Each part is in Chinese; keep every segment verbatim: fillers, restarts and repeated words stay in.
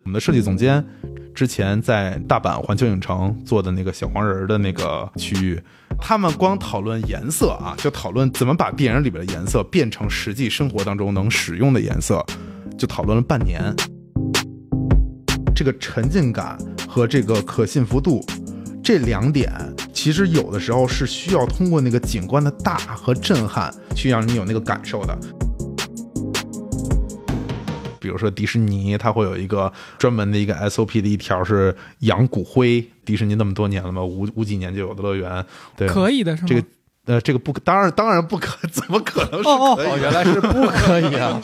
我们的设计总监之前在大阪环球影城做的那个小黄人的那个区域，他们光讨论颜色啊，就讨论怎么把电影里边的颜色变成实际生活当中能使用的颜色，就讨论了半年。这个沉浸感和这个可信服度这两点，其实有的时候是需要通过那个景观的大和震撼去让你有那个感受的。比如说迪士尼，它会有一个专门的一个 S O P 的一条是养骨灰。迪士尼那么多年了嘛，五五几年就有的乐园，对， 可以的是吗？ 这个呃，这个不，当然当然不可，怎么可能是可以？ 哦哦，原来是不可以啊！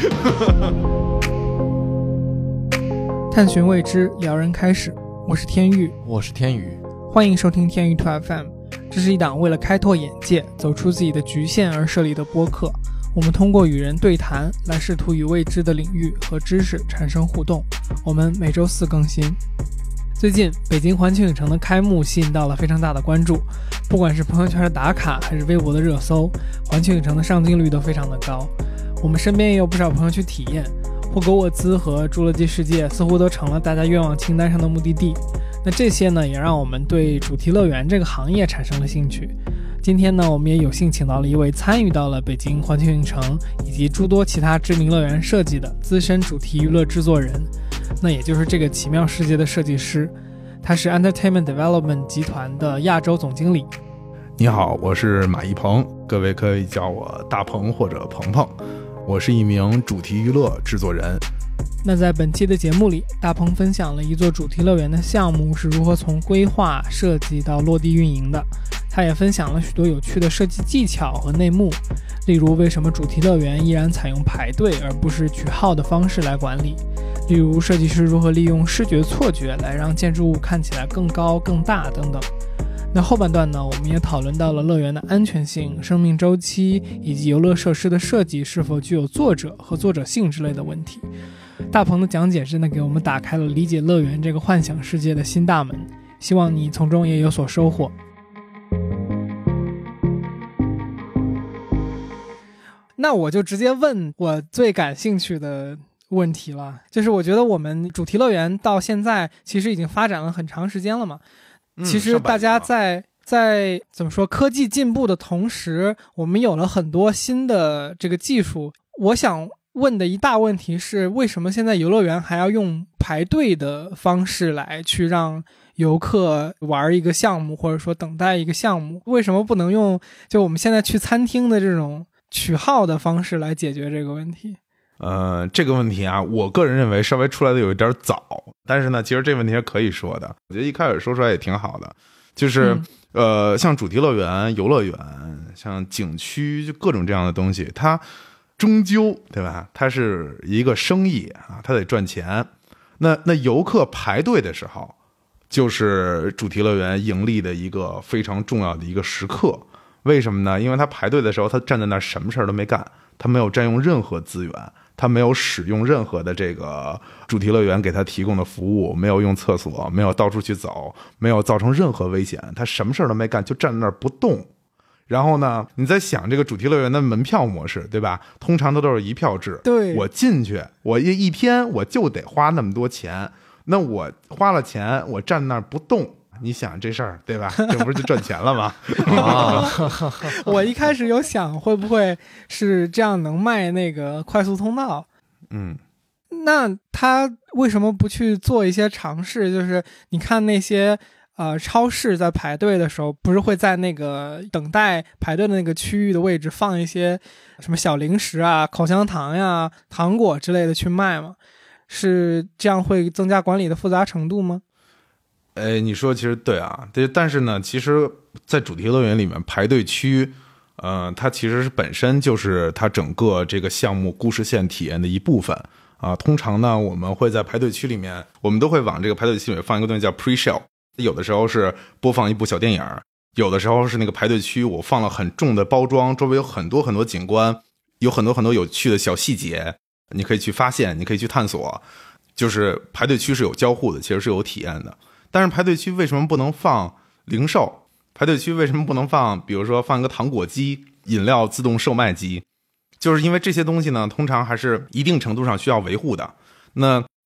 探寻未知，撩人开始。我是天宇， 我是天宇， 欢迎收听天宇 two F M。这是一档为了开拓眼界、走出自己的局限而设立的播客。我们通过与人对谈来试图与未知的领域和知识产生互动。我们每周四更新。最近北京环球影城的开幕吸引到了非常大的关注，不管是朋友圈的打卡还是微博的热搜，环球影城的上镜率都非常的高。我们身边也有不少朋友去体验，霍格沃兹和侏罗纪世界似乎都成了大家愿望清单上的目的地。那这些呢，也让我们对主题乐园这个行业产生了兴趣。今天呢，我们也有幸请到了一位参与到了北京环球影城以及诸多其他知名乐园设计的资深主题娱乐制作人，那也就是这个奇妙世界的设计师。他是 Entertainment Development 集团的亚洲总经理。 你好，我是马一鹏，各位可以叫我大鹏或者鹏鹏。我是一名主题娱乐制作人。 那在本期的节目里，大鹏分享了一座主题乐园的项目是如何从规划设计到落地运营的。他也分享了许多有趣的设计技巧和内幕，例如为什么主题乐园依然采用排队而不是取号的方式来管理，例如设计师如何利用视觉错觉来让建筑物看起来更高更大等等。那后半段呢，我们也讨论到了乐园的安全性、生命周期以及游乐设施的设计是否具有作者和作者性之类的问题。大鹏的讲解真的给我们打开了理解乐园这个幻想世界的新大门，希望你从中也有所收获。那我就直接问我最感兴趣的问题了，就是我觉得我们主题乐园到现在其实已经发展了很长时间了嘛， 嗯、 其实大家在在怎么说科技进步的同时，我们有了很多新的这个技术。我想问的一大问题是，为什么现在游乐园还要用排队的方式来去让游客玩一个项目，或者说等待一个项目？为什么不能用就我们现在去餐厅的这种取号的方式来解决这个问题？ 呃，这个问题啊，我个人认为稍微出来的有一点早，但是呢，其实这个问题是可以说的。我觉得一开始说出来也挺好的，就是、嗯、呃，像主题乐园、游乐园、像景区，就各种这样的东西，它终究对吧？它是一个生意啊，它得赚钱。那那游客排队的时候，就是主题乐园盈利的一个非常重要的一个时刻。为什么呢？因为他排队的时候，他站在那儿什么事儿都没干，他没有占用任何资源，他没有使用任何的这个主题乐园给他提供的服务，没有用厕所，没有到处去走，没有造成任何危险，他什么事儿都没干，就站在那儿不动。然后呢，你在想这个主题乐园的门票模式，对吧？通常都都是一票制。 对， 我进去，我一一天我就得花那么多钱，那我花了钱，我站那儿不动。你想这事儿对吧？这不是就赚钱了吗？ 啊， 我一开始有想会不会是这样能卖那个快速通道。 嗯， 那他为什么不去做一些尝试？就是你看那些呃超市在排队的时候，不是会在那个等待排队的那个区域的位置放一些什么小零食啊、口香糖呀、糖果之类的去卖吗？是这样会增加管理的复杂程度吗？ 哎，你说其实对啊，对，但是呢，其实，在主题乐园里面排队区，呃，它其实是本身就是它整个这个项目故事线体验的一部分啊。通常呢，我们会在排队区里面，我们都会往这个排队区里面放一个东西叫 pre-show， 有的时候是播放一部小电影，有的时候是那个排队区我放了很重的包装，周围有很多很多景观，有很多很多有趣的小细节，你可以去发现，你可以去探索。就是排队区是有交互的，其实是有体验的。但是排队区为什么不能放零售？排队区为什么不能放比如说放一个糖果机、饮料自动售卖机？就是因为这些东西呢，通常还是一定程度上需要维护的。那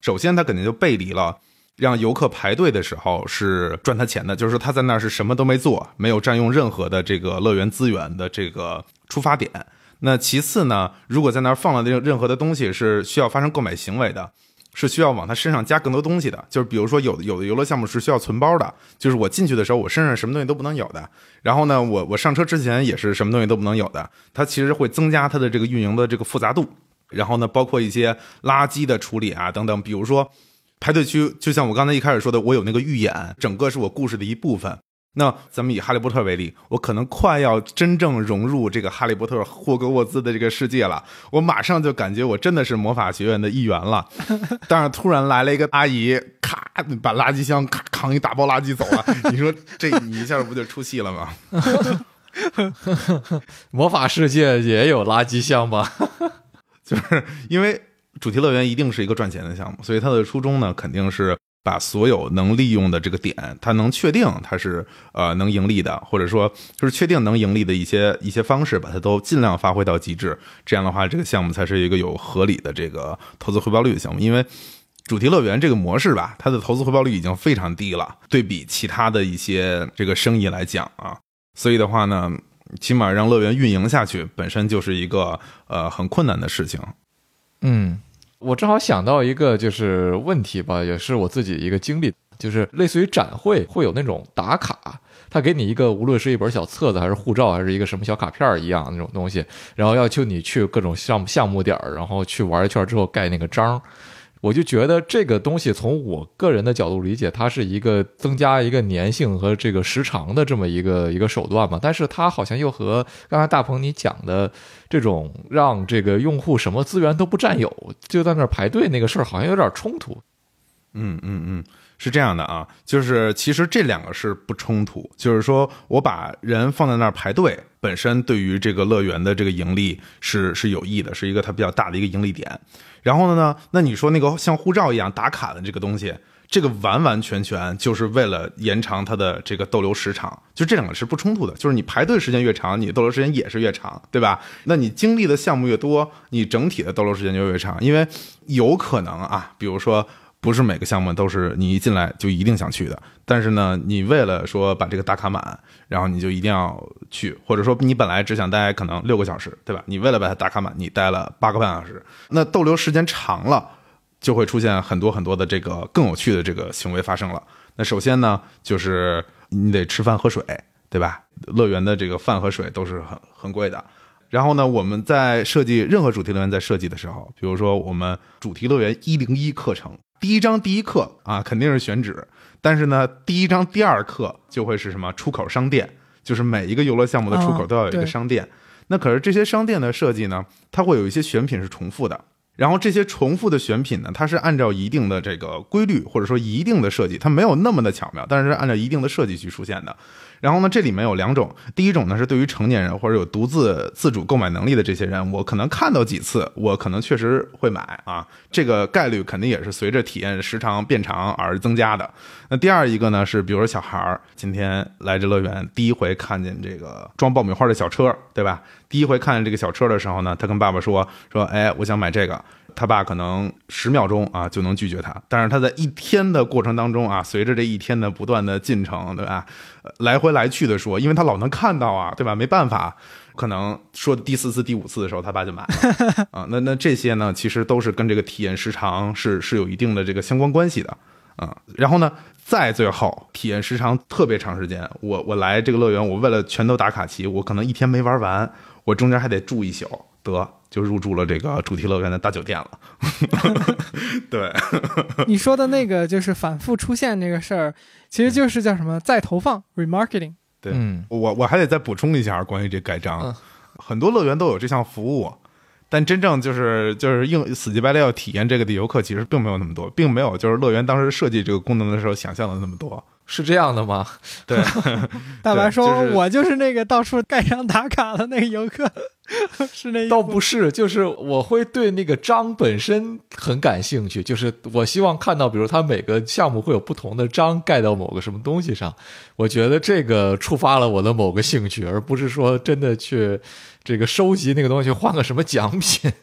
首先他肯定就背离了让游客排队的时候是赚他钱的，就是说他在那儿是什么都没做，没有占用任何的这个乐园资源的这个出发点。那其次呢，如果在那儿放了任何的东西是需要发生购买行为的，是需要往他身上加更多东西的，就是比如说有的有的游乐项目是需要存包的，就是我进去的时候我身上什么东西都不能有的，然后呢我我上车之前也是什么东西都不能有的，它其实会增加它的这个运营的这个复杂度。然后呢包括一些垃圾的处理啊等等，比如说排队区，就像我刚才一开始说的，我有那个预演，整个是我故事的一部分。那咱们以哈利波特为例，我可能快要真正融入这个哈利波特霍格沃兹的这个世界了，我马上就感觉我真的是魔法学院的一员了。但是突然来了一个阿姨，咔把垃圾箱咔扛一大包垃圾走了，你说这你一下不就出戏了吗？ 魔法世界也有垃圾箱吧？ 就是因为主题乐园一定是一个赚钱的项目，所以它的初衷呢肯定是把所有能利用的这个点，它能确定它是呃能盈利的，或者说就是确定能盈利的一些一些方式，把它都尽量发挥到极致。这样的话，这个项目才是一个有合理的这个投资回报率的项目。因为主题乐园这个模式吧，它的投资回报率已经非常低了，对比其他的一些这个生意来讲啊，所以的话呢，起码让乐园运营下去，本身就是一个呃很困难的事情。 嗯。我正好想到一个就是问题吧，也是我自己一个经历，就是类似于展会会有那种打卡，他给你一个无论是一本小册子还是护照还是一个什么小卡片一样那种东西，然后要求你去各种项目项目点，然后去玩一圈之后盖那个章。我就觉得这个东西从我个人的角度理解，它是一个增加一个粘性和这个时长的这么一个一个手段嘛，但是它好像又和刚才大鹏你讲的这种让这个用户什么资源都不占有就在那儿排队那个事儿好像有点冲突。 嗯嗯嗯，是这样的啊，就是其实这两个是不冲突，就是说我把人放在那儿排队，本身对于这个乐园的这个盈利是是有益的，是一个它比较大的一个盈利点。然后呢，那你说那个像护照一样打卡的这个东西，这个完完全全就是为了延长它的这个逗留时长，就这两个是不冲突的，就是你排队时间越长，你逗留时间也是越长，对吧？那你经历的项目越多，你整体的逗留时间就越长，因为有可能啊，比如说不是每个项目都是你一进来就一定想去的，但是呢，你为了说把这个打卡满，然后你就一定要去，或者说你本来只想待可能六个小时，对吧？你为了把它打卡满，你待了八个半小时，那逗留时间长了，就会出现很多很多的这个更有趣的这个行为发生了。那首先呢，就是你得吃饭喝水，对吧？乐园的这个饭和水都是很很贵的。然后呢，我们在设计任何主题乐园在设计的时候，比如说我们主题乐园一零一课程，第一章第一课啊，肯定是选址，但是呢，第一章第二课就会是什么出口商店，就是每一个游乐项目的出口都要有一个商店。哦、那可是这些商店的设计呢，它会有一些选品是重复的。然后这些重复的选品呢，它是按照一定的这个规律，或者说一定的设计，它没有那么的巧妙，但是按照一定的设计去出现的。然后呢，这里面有两种，第一种呢是对于成年人或者有独自自主购买能力的这些人，我可能看到几次，我可能确实会买啊，这个概率肯定也是随着体验时长变长而增加的。那第二一个呢是，比如说小孩今天来这乐园，第一回看见这个装爆米花的小车，对吧？第一回看见这个小车的时候呢，他跟爸爸说说，哎，我想买这个。他爸可能十秒钟啊就能拒绝他，但是他在一天的过程当中啊，随着这一天的不断的进程，对吧？来回来去的说，因为他老能看到啊，对吧？没办法，可能说第四次、第五次的时候，他爸就买了啊。那那这些呢，其实都是跟这个体验时长是是有一定的这个相关关系的啊。然后呢，再最后体验时长特别长时间，我我来这个乐园，我为了全都打卡齐，我可能一天没玩完，我中间还得住一宿，得。就入住了这个主题乐园的大酒店了。对， 你说的那个就是反复出现这个事儿，其实就是叫什么再投放 remarketing。 对，嗯、我我还得再补充一下关于这盖章、嗯，很多乐园都有这项服务，但真正就是就是硬死乞白赖要体验这个的游客其实并没有那么多，并没有就是乐园当时设计这个功能的时候想象的那么多。 是这样的吗？ 对， 大白说、就是、我就是那个到处盖章打卡的那个游客。是那倒不是，就是我会对那个章本身很感兴趣，就是我希望看到比如它每个项目会有不同的章盖到某个什么东西上，我觉得这个触发了我的某个兴趣，而不是说真的去这个收集那个东西换个什么奖品。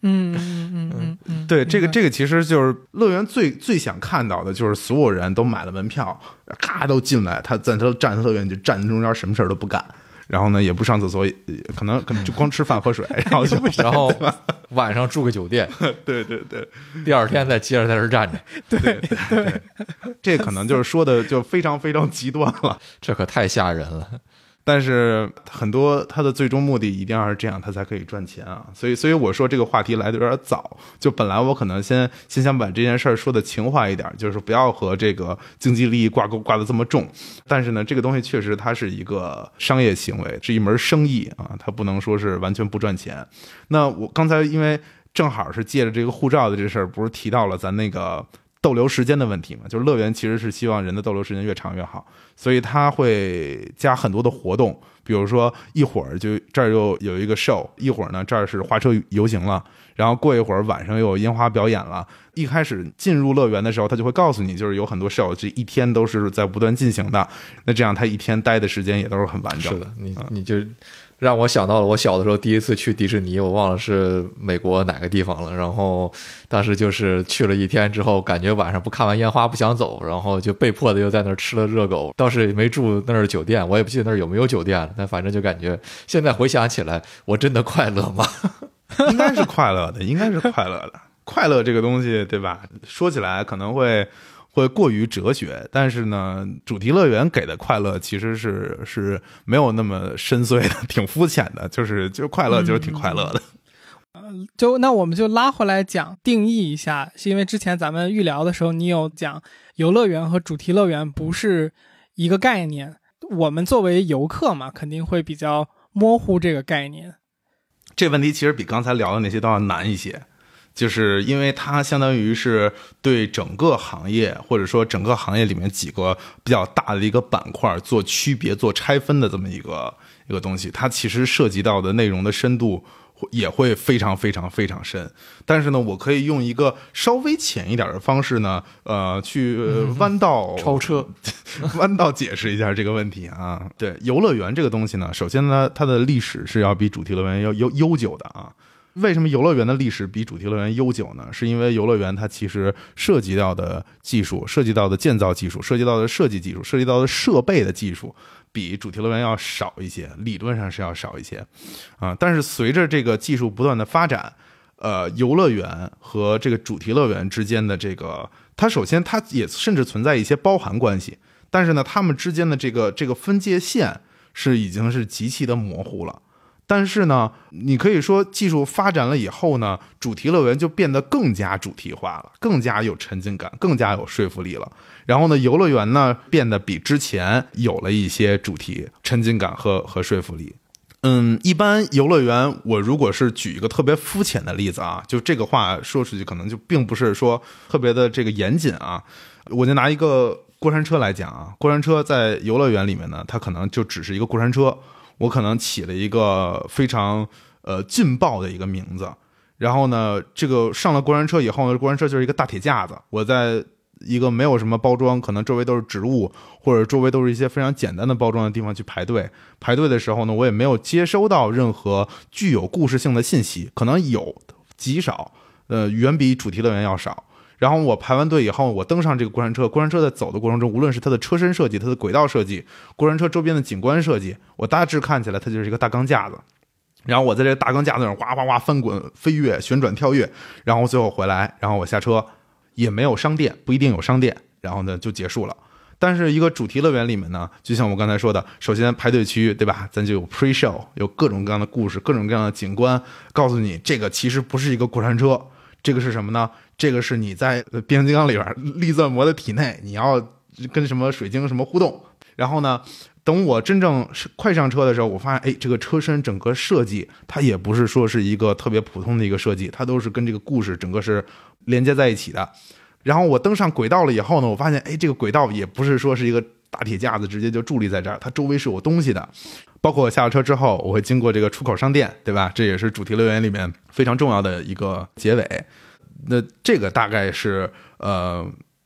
嗯嗯嗯嗯嗯， 对，这个这个其实就是乐园最最想看到的，就是所有人都买了门票，咔都进来，他在他站乐园就站中间，什么事儿都不干。然后呢，也不上厕所，可能可能就光吃饭喝水，然后就然后晚上住个酒店， 对对对， 第二天再接着在这站着， 对对对，这可能就是说的就非常非常极端了， 这可太吓人了。 但是很多他的最终目的一定要是这样，他才可以赚钱啊。所以，所以我说这个话题来的有点早。就本来我可能先先想把这件事儿说的情话一点，就是不要和这个经济利益挂钩挂的这么重。但是呢，这个东西确实它是一个商业行为，是一门生意啊，它不能说是完全不赚钱。那我刚才因为正好是借着这个护照的这事儿，不是提到了咱那个逗留时间的问题嘛，就是乐园其实是希望人的逗留时间越长越好，所以他会加很多的活动，比如说一会儿就这儿又有一个 show， 一会儿呢这儿是花车游行了，然后过一会儿晚上又有烟花表演了。一开始进入乐园的时候，他就会告诉你，就是有很多 show， 这一天都是在不断进行的，那这样他一天待的时间也都是很完整的。 是的，你你就让我想到了我小的时候第一次去迪士尼，我忘了是美国哪个地方了，然后当时就是去了一天之后，感觉晚上不看完烟花不想走，然后就被迫的又在那儿吃了热狗，倒是没住那儿酒店，我也不记得那儿有没有酒店了，但反正就感觉现在回想起来，我真的快乐吗？ 应该是快乐的，应该是快乐的。快乐这个东西，对吧？说起来可能会会过于哲学，但是呢，主题乐园给的快乐其实是是没有那么深邃的，挺肤浅的，就是就是快乐就是挺快乐的。 嗯、就那我们就拉回来讲定义一下，是因为之前咱们预聊的时候，你有讲游乐园和主题乐园不是一个概念，我们作为游客嘛，肯定会比较模糊这个概念。 这问题其实比刚才聊的那些都要难一些。就是因为它相当于是对整个行业，或者说整个行业里面几个比较大的一个板块做区别、做拆分的这么一个一个东西，它其实涉及到的内容的深度也会非常非常非常深。但是呢，我可以用一个稍微浅一点的方式呢，呃，去弯道、 嗯、超车， 弯道解释一下这个问题啊。对，游乐园这个东西呢，首先呢，它的历史是要比主题乐园要悠悠久的啊。为什么游乐园的历史比主题乐园悠久呢？是因为游乐园它其实涉及到的技术、涉及到的建造技术、涉及到的设计技术、涉及到的设备的技术比主题乐园要少一些，理论上是要少一些啊。但是随着这个技术不断的发展，呃，游乐园和这个主题乐园之间的这个，它首先它也甚至存在一些包含关系，但是呢，它们之间的这个这个分界线是已经是极其的模糊了。但是呢，你可以说技术发展了以后呢，主题乐园就变得更加主题化了，更加有沉浸感，更加有说服力了。然后呢，游乐园呢变得比之前有了一些主题、沉浸感和和说服力。嗯，一般游乐园，我如果是举一个特别肤浅的例子啊，就这个话说出去可能就并不是说特别的这个严谨啊，我就拿一个过山车来讲啊，过山车在游乐园里面呢，它可能就只是一个过山车。我可能起了一个非常呃劲爆的一个名字，然后呢，这个上了过山车以后呢，过山车就是一个大铁架子，我在一个没有什么包装，可能周围都是植物，或者周围都是一些非常简单的包装的地方去排队。排队的时候呢，我也没有接收到任何具有故事性的信息，可能有极少，呃，远比主题乐园要少。然后我排完队以后，我登上这个过山车，过山车在走的过程中，无论是它的车身设计、它的轨道设计、过山车周边的景观设计，我大致看起来它就是一个大钢架子。然后我在这个大钢架子上哗哗哗翻滚、飞跃、旋转、跳跃，然后最后回来，然后我下车，也没有商店，不一定有商店，然后呢就结束了。但是一个主题乐园里面呢，就像我刚才说的，首先排队区，对吧？咱就有 pre show， 有各种各样的故事，各种各样的景观，告诉你这个其实不是一个过山车。这个是什么呢？这个是你在变形金刚里边力钻魔的体内，你要跟什么水晶什么互动。然后呢，等我真正快上车的时候，我发现，哎，这个车身整个设计，它也不是说是一个特别普通的一个设计，它都是跟这个故事整个是连接在一起的。然后我登上轨道了以后呢，我发现，哎，这个轨道也不是说是一个大铁架子直接就伫立在这儿，它周围是有东西的。包括我下了车之后，我会经过这个出口商店，对吧？这也是主题乐园里面非常重要的一个结尾。那这个大概是呃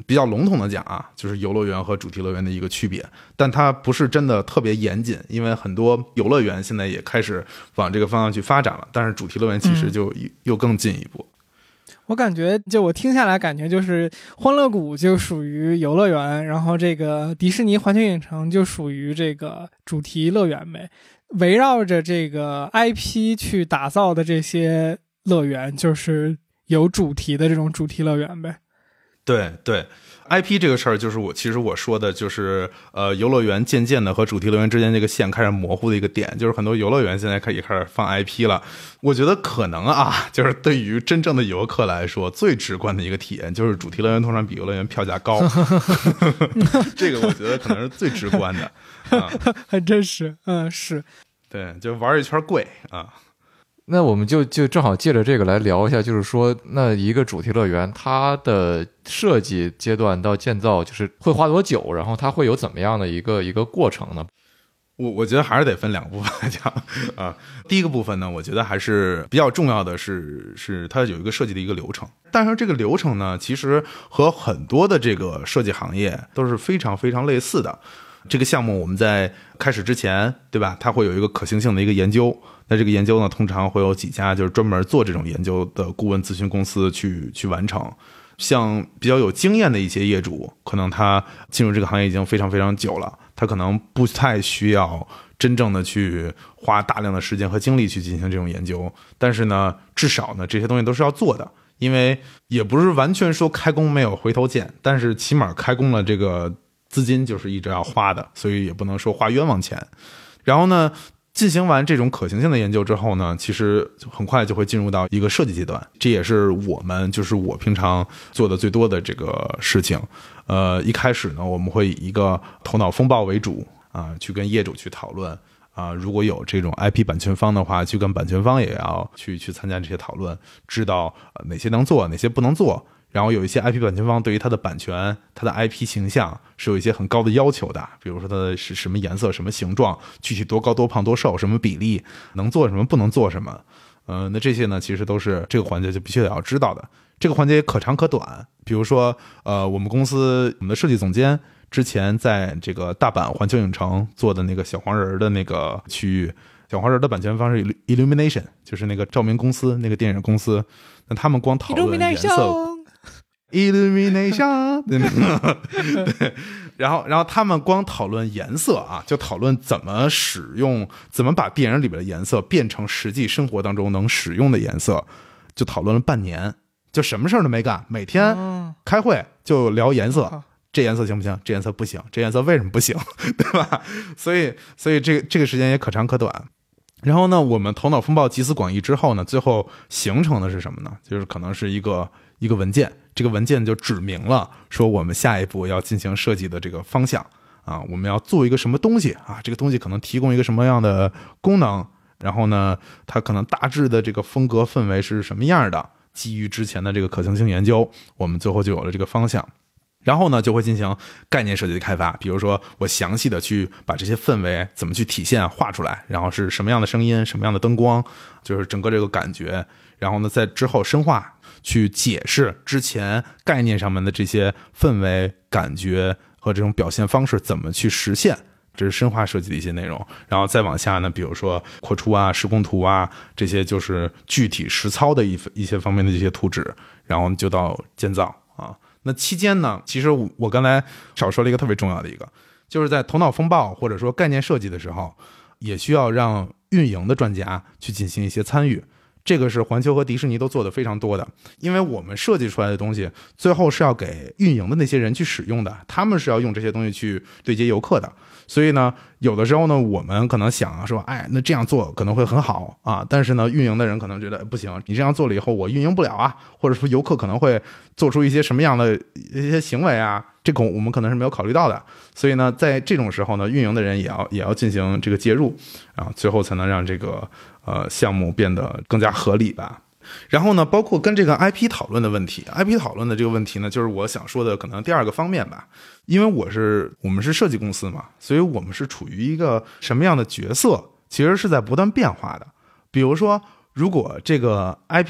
比较笼统的讲啊，就是游乐园和主题乐园的一个区别，但它不是真的特别严谨，因为很多游乐园现在也开始往这个方向去发展了，但是主题乐园其实就又更进一步。 嗯，我感觉就我听下来感觉就是欢乐谷就属于游乐园，然后这个迪士尼环球影城就属于这个主题乐园呗，围绕着这个 I P 去打造的这些乐园就是有主题的这种主题乐园呗。 对对 I P 这个事儿就是我其实我说的就是呃游乐园渐渐的和主题乐园之间这个线开始模糊的一个点，就是很多游乐园现在可以开始放 I P 了。我觉得可能啊，就是对于真正的游客来说最直观的一个体验就是主题乐园通常比游乐园票价高这个我觉得可能是最直观的啊， 很真实。嗯，是对，就玩一圈贵啊。 那我们就就正好借着这个来聊一下，就是说那一个主题乐园它的设计阶段到建造就是会花多久，然后它会有怎么样的一个一个过程呢？ 我我觉得还是得分两个部分来讲啊。第一个部分呢，我觉得还是比较重要的是是它有一个设计的一个流程，但是这个流程呢，其实和很多的这个设计行业都是非常非常类似的。这个项目我们在开始之前，对吧？它会有一个可行性的一个研究。那这个研究呢，通常会有几家就是专门做这种研究的顾问咨询公司去去完成。像比较有经验的一些业主，可能他进入这个行业已经非常非常久了，他可能不太需要真正的去花大量的时间和精力去进行这种研究。但是呢，至少呢，这些东西都是要做的，因为也不是完全说开工没有回头箭，但是起码开工了这个资金就是一直要花的，所以也不能说花冤枉钱。然后呢，进行完这种可行性的研究之后呢，其实很快就会进入到一个设计阶段，这也是我们就是我平常做的最多的这个事情。呃，一开始呢，我们会以一个头脑风暴为主啊，去跟业主去讨论啊，如果有这种 I P 版权方的话，去跟版权方也要去去参加这些讨论，知道哪些能做，哪些不能做。然后有一些 I P 版权方对于它的版权、它的 I P 形象是有一些很高的要求的，比如说它的是什么颜色、什么形状、具体多高、多胖、多瘦、什么比例，能做什么、不能做什么。呃，那这些呢，其实都是这个环节就必须得要知道的。这个环节可长可短，比如说，呃，我们公司我们的设计总监之前在这个大阪环球影城做的那个小黄人的那个区域，小黄人的版权方是 Illumination， 就是那个照明公司，那个电影公司。那他们光讨论颜色。Illumination 对，然后然后他们光讨论颜色啊，就讨论怎么使用，怎么把电影里边的颜色变成实际生活当中能使用的颜色，就讨论了半年，就什么事儿都没干，每天开会就聊颜色，这颜色行不行？这颜色不行，这颜色为什么不行？对吧？所以所以这个这个时间也可长可短。然后呢，我们头脑风暴集思广益之后呢，最后形成的是什么呢？就是可能是一个一个文件，这个文件就指明了说我们下一步要进行设计的这个方向啊，我们要做一个什么东西啊，这个东西可能提供一个什么样的功能，然后呢，它可能大致的这个风格氛围是什么样的，基于之前的这个可行性研究，我们最后就有了这个方向。然后呢，就会进行概念设计的开发，比如说我详细的去把这些氛围怎么去体现画出来，然后是什么样的声音，什么样的灯光，就是整个这个感觉，然后呢在之后深化去解释之前概念上面的这些氛围感觉和这种表现方式怎么去实现，这是深化设计的一些内容。然后再往下呢，比如说扩出啊、施工图啊，这些就是具体实操的一一些方面的这些图纸，然后就到建造啊。那期间呢，其实我刚才少说了一个特别重要的一个，就是在头脑风暴或者说概念设计的时候，也需要让运营的专家去进行一些参与。这个是环球和迪士尼都做得非常多的，因为我们设计出来的东西最后是要给运营的那些人去使用的，他们是要用这些东西去对接游客的。所以呢，有的时候呢，我们可能想啊说，哎，那这样做可能会很好啊，但是呢，运营的人可能觉得不行，你这样做了以后我运营不了啊，或者说游客可能会做出一些什么样的一些行为啊，这个我们可能是没有考虑到的。所以呢，在这种时候呢，运营的人也要也要进行这个介入啊，最后才能让这个呃项目变得更加合理吧。然后呢，包括跟这个 I P 讨论的问题 I P 讨论的这个问题呢，就是我想说的可能第二个方面吧。因为我是我们是设计公司嘛，所以我们是处于一个什么样的角色，其实是在不断变化的。比如说，如果这个 I P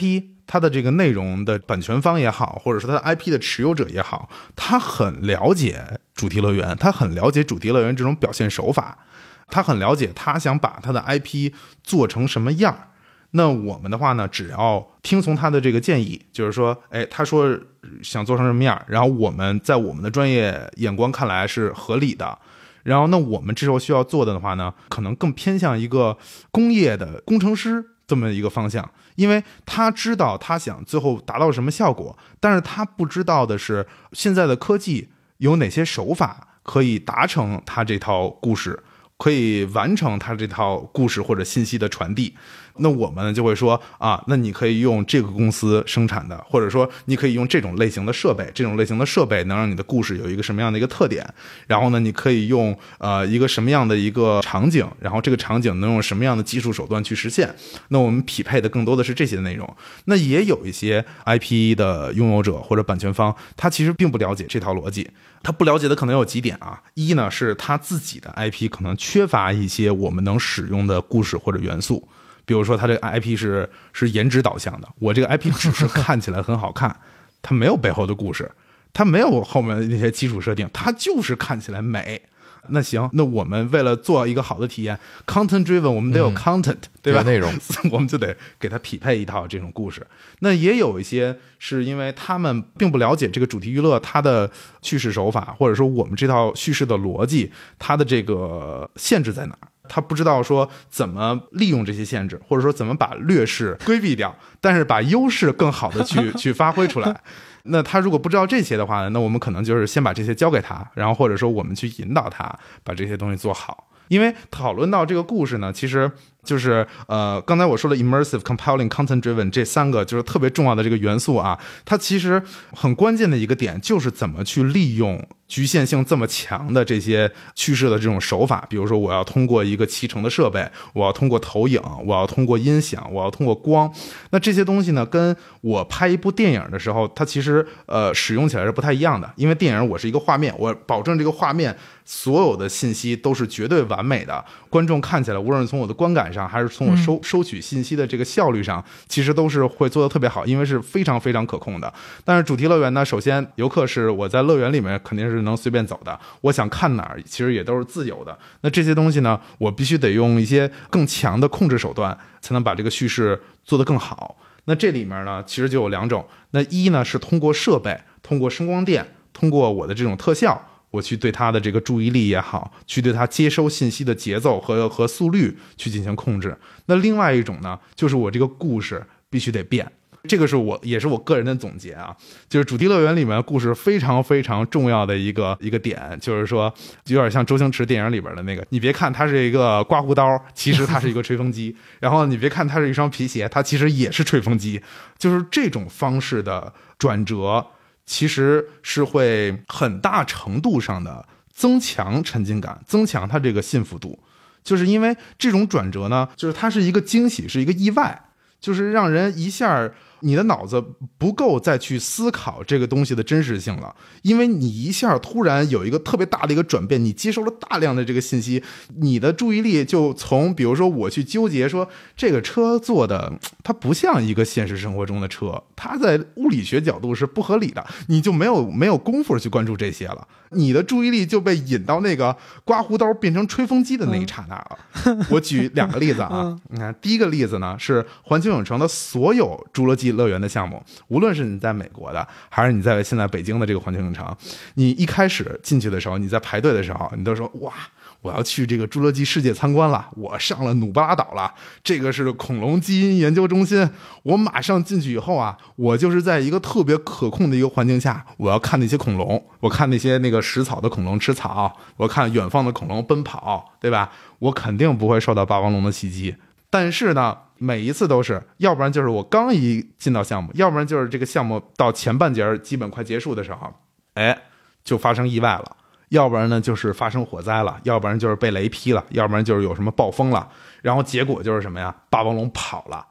它的这个内容的版权方也好，或者说它的 I P 的持有者也好，他很了解主题乐园，他很了解主题乐园这种表现手法，他很了解他想把他的 I P 做成什么样。那我们的话呢，只要听从他的这个建议，就是说，哎，他说想做成什么样，然后我们在我们的专业眼光看来是合理的，然后那我们这时候需要做的话呢，可能更偏向一个工业的工程师这么一个方向，因为他知道他想最后达到什么效果，但是他不知道的是现在的科技有哪些手法可以达成他这套故事，可以完成他这套故事或者信息的传递。那我们就会说啊，那你可以用这个公司生产的，或者说你可以用这种类型的设备，这种类型的设备能让你的故事有一个什么样的一个特点，然后呢你可以用呃一个什么样的一个场景，然后这个场景能用什么样的技术手段去实现。那我们匹配的更多的是这些内容。那也有一些 I P 的拥有者或者版权方，他其实并不了解这套逻辑，他不了解的可能有几点啊。一呢是他自己的 I P 可能缺乏一些我们能使用的故事或者元素，比如说他这个 I P 是是颜值导向的，我这个 I P 只是看起来很好看，它没有背后的故事，它没有后面那些基础设定，它就是看起来美。那行，那我们为了做一个好的体验 content driven 我们得有 content、嗯、对吧， 内容我们就得给它匹配一套这种故事。那也有一些是因为他们并不了解这个主题娱乐它的叙事手法，或者说我们这套叙事的逻辑它的这个限制在哪儿，他不知道说怎么利用这些限制，或者说怎么把劣势规避掉，但是把优势更好的去去发挥出来。那他如果不知道这些的话，那我们可能就是先把这些交给他，然后或者说我们去引导他把这些东西做好。因为讨论到这个故事呢，其实就是呃，刚才我说的 immersive、compelling、content-driven 这三个就是特别重要的这个元素啊，它其实很关键的一个点就是怎么去利用局限性这么强的这些叙事的这种手法。比如说我要通过一个集成的设备，我要通过投影，我要通过音响，我要通过光，那这些东西呢跟我拍一部电影的时候它其实呃使用起来是不太一样的。因为电影我是一个画面，我保证这个画面所有的信息都是绝对完美的，观众看起来无论是从我的观感上还是从我收收取信息的这个效率上，其实都是会做得特别好，因为是非常非常可控的。但是主题乐园呢，首先游客是我在乐园里面肯定是能随便走的，我想看哪儿其实也都是自由的。那这些东西呢，我必须得用一些更强的控制手段才能把这个叙事做得更好。那这里面呢其实就有两种，那一呢是通过设备，通过声光电，通过我的这种特效，我去对他的这个注意力也好，去对他接收信息的节奏和和速率去进行控制。那另外一种呢，就是我这个故事必须得变。这个是我也是我个人的总结啊，就是主题乐园里面故事非常非常重要的一个一个点，就是说有点像周星驰电影里边的那个，你别看它是一个刮胡刀，其实它是一个吹风机，然后你别看它是一双皮鞋，它其实也是吹风机。就是这种方式的转折其实是会很大程度上的增强沉浸感，增强它这个信服度。就是因为这种转折呢，就是它是一个惊喜，是一个意外，就是让人一下你的脑子不够再去思考这个东西的真实性了，因为你一下突然有一个特别大的一个转变，你接收了大量的这个信息，你的注意力就从比如说我去纠结说这个车做的它不像一个现实生活中的车，它在物理学角度是不合理的，你就没有没有功夫去关注这些了，你的注意力就被引到那个刮胡刀变成吹风机的那一刹那了。嗯、我举两个例子啊，你看第一个例子呢是环球影城的所有侏罗纪乐园的项目，无论是你在美国的还是你在现在北京的这个环球影城，你一开始进去的时候，你在排队的时候，你都说哇，我要去这个侏罗纪世界参观了，我上了努巴拉岛了，这个是恐龙基因研究中心，我马上进去以后啊，我就是在一个特别可控的一个环境下，我要看那些恐龙，我看那些那个食草的恐龙吃草，我看远方的恐龙奔跑，对吧？我肯定不会受到霸王龙的袭击。但是呢，每一次都是，要不然就是我刚一进到项目，要不然就是这个项目到前半截基本快结束的时候，哎，就发生意外了。要不然呢就是发生火灾了，要不然就是被雷劈了，要不然就是有什么暴风了，然后结果就是什么呀？霸王龙跑了，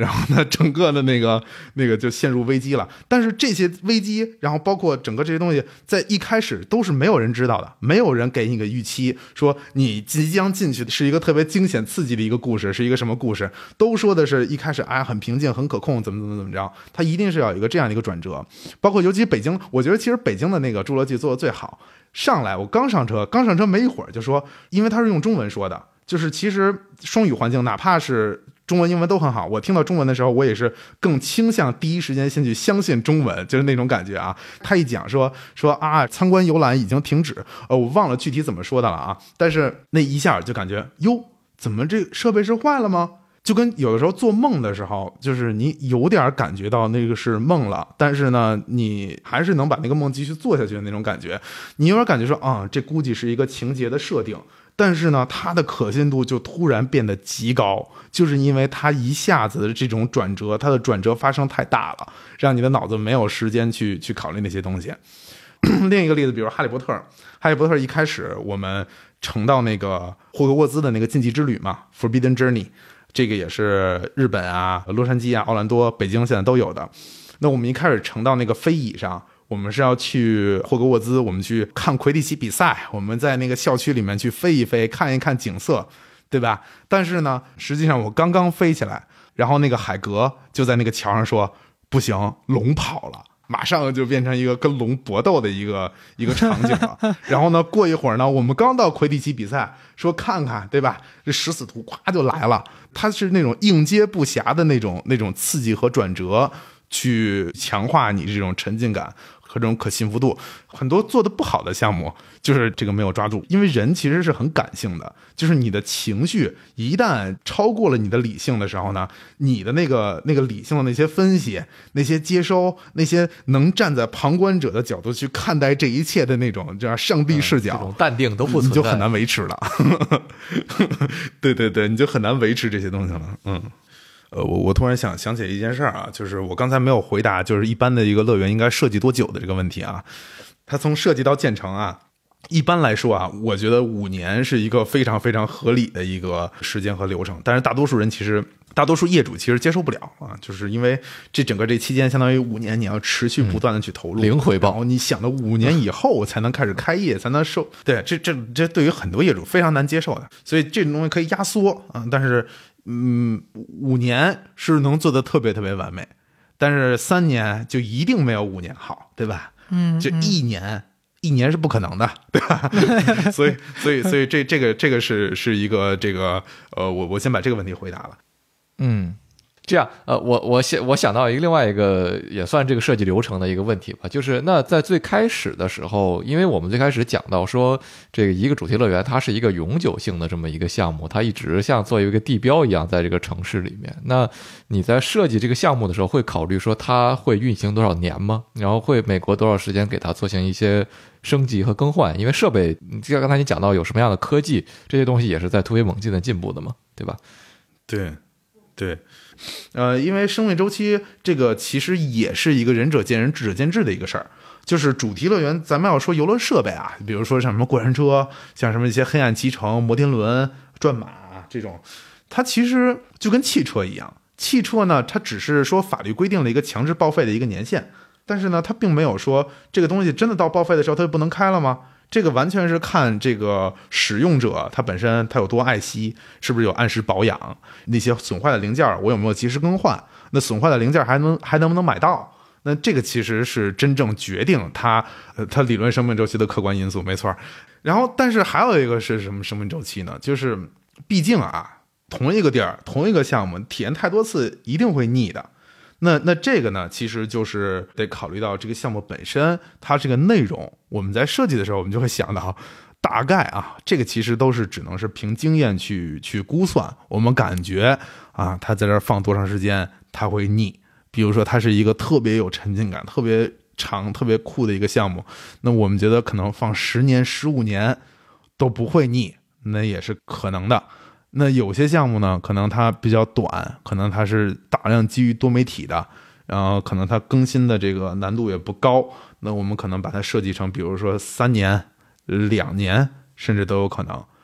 然后呢，整个的那个那个就陷入危机了。但是这些危机，然后包括整个这些东西，在一开始都是没有人知道的，没有人给你个预期，说你即将进去是一个特别惊险刺激的一个故事，是一个什么故事，都说的是一开始哎很平静很可控，怎么怎么怎么着，它一定是要有一个这样的一个转折。包括尤其北京，我觉得其实北京的那个侏罗纪做的最好。上来我刚上车，刚上车没一会儿就说，因为他是用中文说的，就是其实双语环境，哪怕是中文英文都很好，我听到中文的时候，我也是更倾向第一时间先去相信中文，就是那种感觉啊。他一讲说说啊，参观游览已经停止，呃，我忘了具体怎么说的了啊，但是那一下就感觉哟，怎么这设备是坏了吗？就跟有的时候做梦的时候，就是你有点感觉到那个是梦了，但是呢，你还是能把那个梦继续做下去的那种感觉。你有点感觉说啊、嗯，这估计是一个情节的设定，但是呢，它的可信度就突然变得极高，就是因为它一下子的这种转折，它的转折发生太大了，让你的脑子没有时间去去考虑那些东西。另一个例子，比如哈利波特，哈利波特一开始我们乘到那个霍格沃兹的那个禁忌之旅嘛 ，Forbidden Journey。这个也是日本啊、洛杉矶啊、奥兰多、北京现在都有的。那我们一开始乘到那个飞椅上，我们是要去霍格沃兹，我们去看魁地奇比赛，我们在那个校区里面去飞一飞，看一看景色，对吧？但是呢，实际上我刚刚飞起来，然后那个海格就在那个桥上说：“不行，龙跑了。”马上就变成一个跟龙搏斗的一个一个场景了。然后呢，过一会儿呢，我们刚到魁地奇比赛，说看看，对吧？这食死徒咵就来了，它是那种应接不暇的那种那种刺激和转折，去强化你这种沉浸感和这种可信服度。很多做的不好的项目就是这个没有抓住，因为人其实是很感性的，就是你的情绪一旦超过了你的理性的时候呢，你的那个那个理性的那些分析、那些接收、那些能站在旁观者的角度去看待这一切的那种这样上帝视角、 嗯、这种淡定都不存在， 你就很难维持了。对对对，你就很难维持这些东西了。嗯。呃，我我突然想想起一件事儿啊，就是我刚才没有回答，就是一般的一个乐园应该设计多久的这个问题啊。它从设计到建成啊，一般来说啊，我觉得五年是一个非常非常合理的一个时间和流程。但是大多数人其实，大多数业主其实接受不了啊，就是因为这整个这期间相当于五年，你要持续不断的去投入， 嗯、零回报。 然后你想到五年以后才能开始开业，才能收，对，这这这对于很多业主非常难接受的。所以这种东西可以压缩啊，但是。嗯，五年是能做的特别特别完美，但是三年就一定没有五年好，对吧？ 嗯， 就一年，嗯、一年是不可能的，对吧？所以，所以，所以这这个这个是是一个这个呃，我我先把这个问题回答了。 嗯。这样，呃，我我想我想到一个另外一个也算这个设计流程的一个问题吧，就是那在最开始的时候，因为我们最开始讲到说，这个一个主题乐园它是一个永久性的这么一个项目，它一直像做一个地标一样在这个城市里面。那你在设计这个项目的时候，会考虑说它会运行多少年吗？然后会每隔多少时间给它做成一些升级和更换？因为设备，就像刚才你讲到有什么样的科技，这些东西也是在突飞猛进的进步的嘛，对吧？ 对，对。呃，因为生命周期这个其实也是一个仁者见仁，智者见智的一个事儿。就是主题乐园，咱们要说游乐设备啊，比如说像什么过山车，像什么一些黑暗骑乘、摩天轮、转马这种，它其实就跟汽车一样。汽车呢，它只是说法律规定了一个强制报废的一个年限，但是呢，它并没有说这个东西真的到报废的时候它就不能开了吗？这个完全是看这个使用者他本身他有多爱惜，是不是有按时保养，那些损坏的零件我有没有及时更换，那损坏的零件还能还能不能买到，那这个其实是真正决定它呃它理论生命周期的客观因素，没错。然后但是还有一个是什么生命周期呢？就是毕竟啊，同一个地儿同一个项目体验太多次一定会腻的。那那这个呢，其实就是得考虑到这个项目本身，它这个内容，我们在设计的时候，我们就会想到，大概啊，这个其实都是只能是凭经验去去估算。我们感觉啊，它在这儿放多长时间，它会腻。比如说，它是一个特别有沉浸感、特别长、特别酷的一个项目，那我们觉得可能放十年、十五年都不会腻，那也是可能的。那有些项目呢，可能它比较短，可能它是大量基于多媒体的，然后可能它更新的这个难度也不高，那我们可能把它设计成比如说三年、两年甚至都有可能。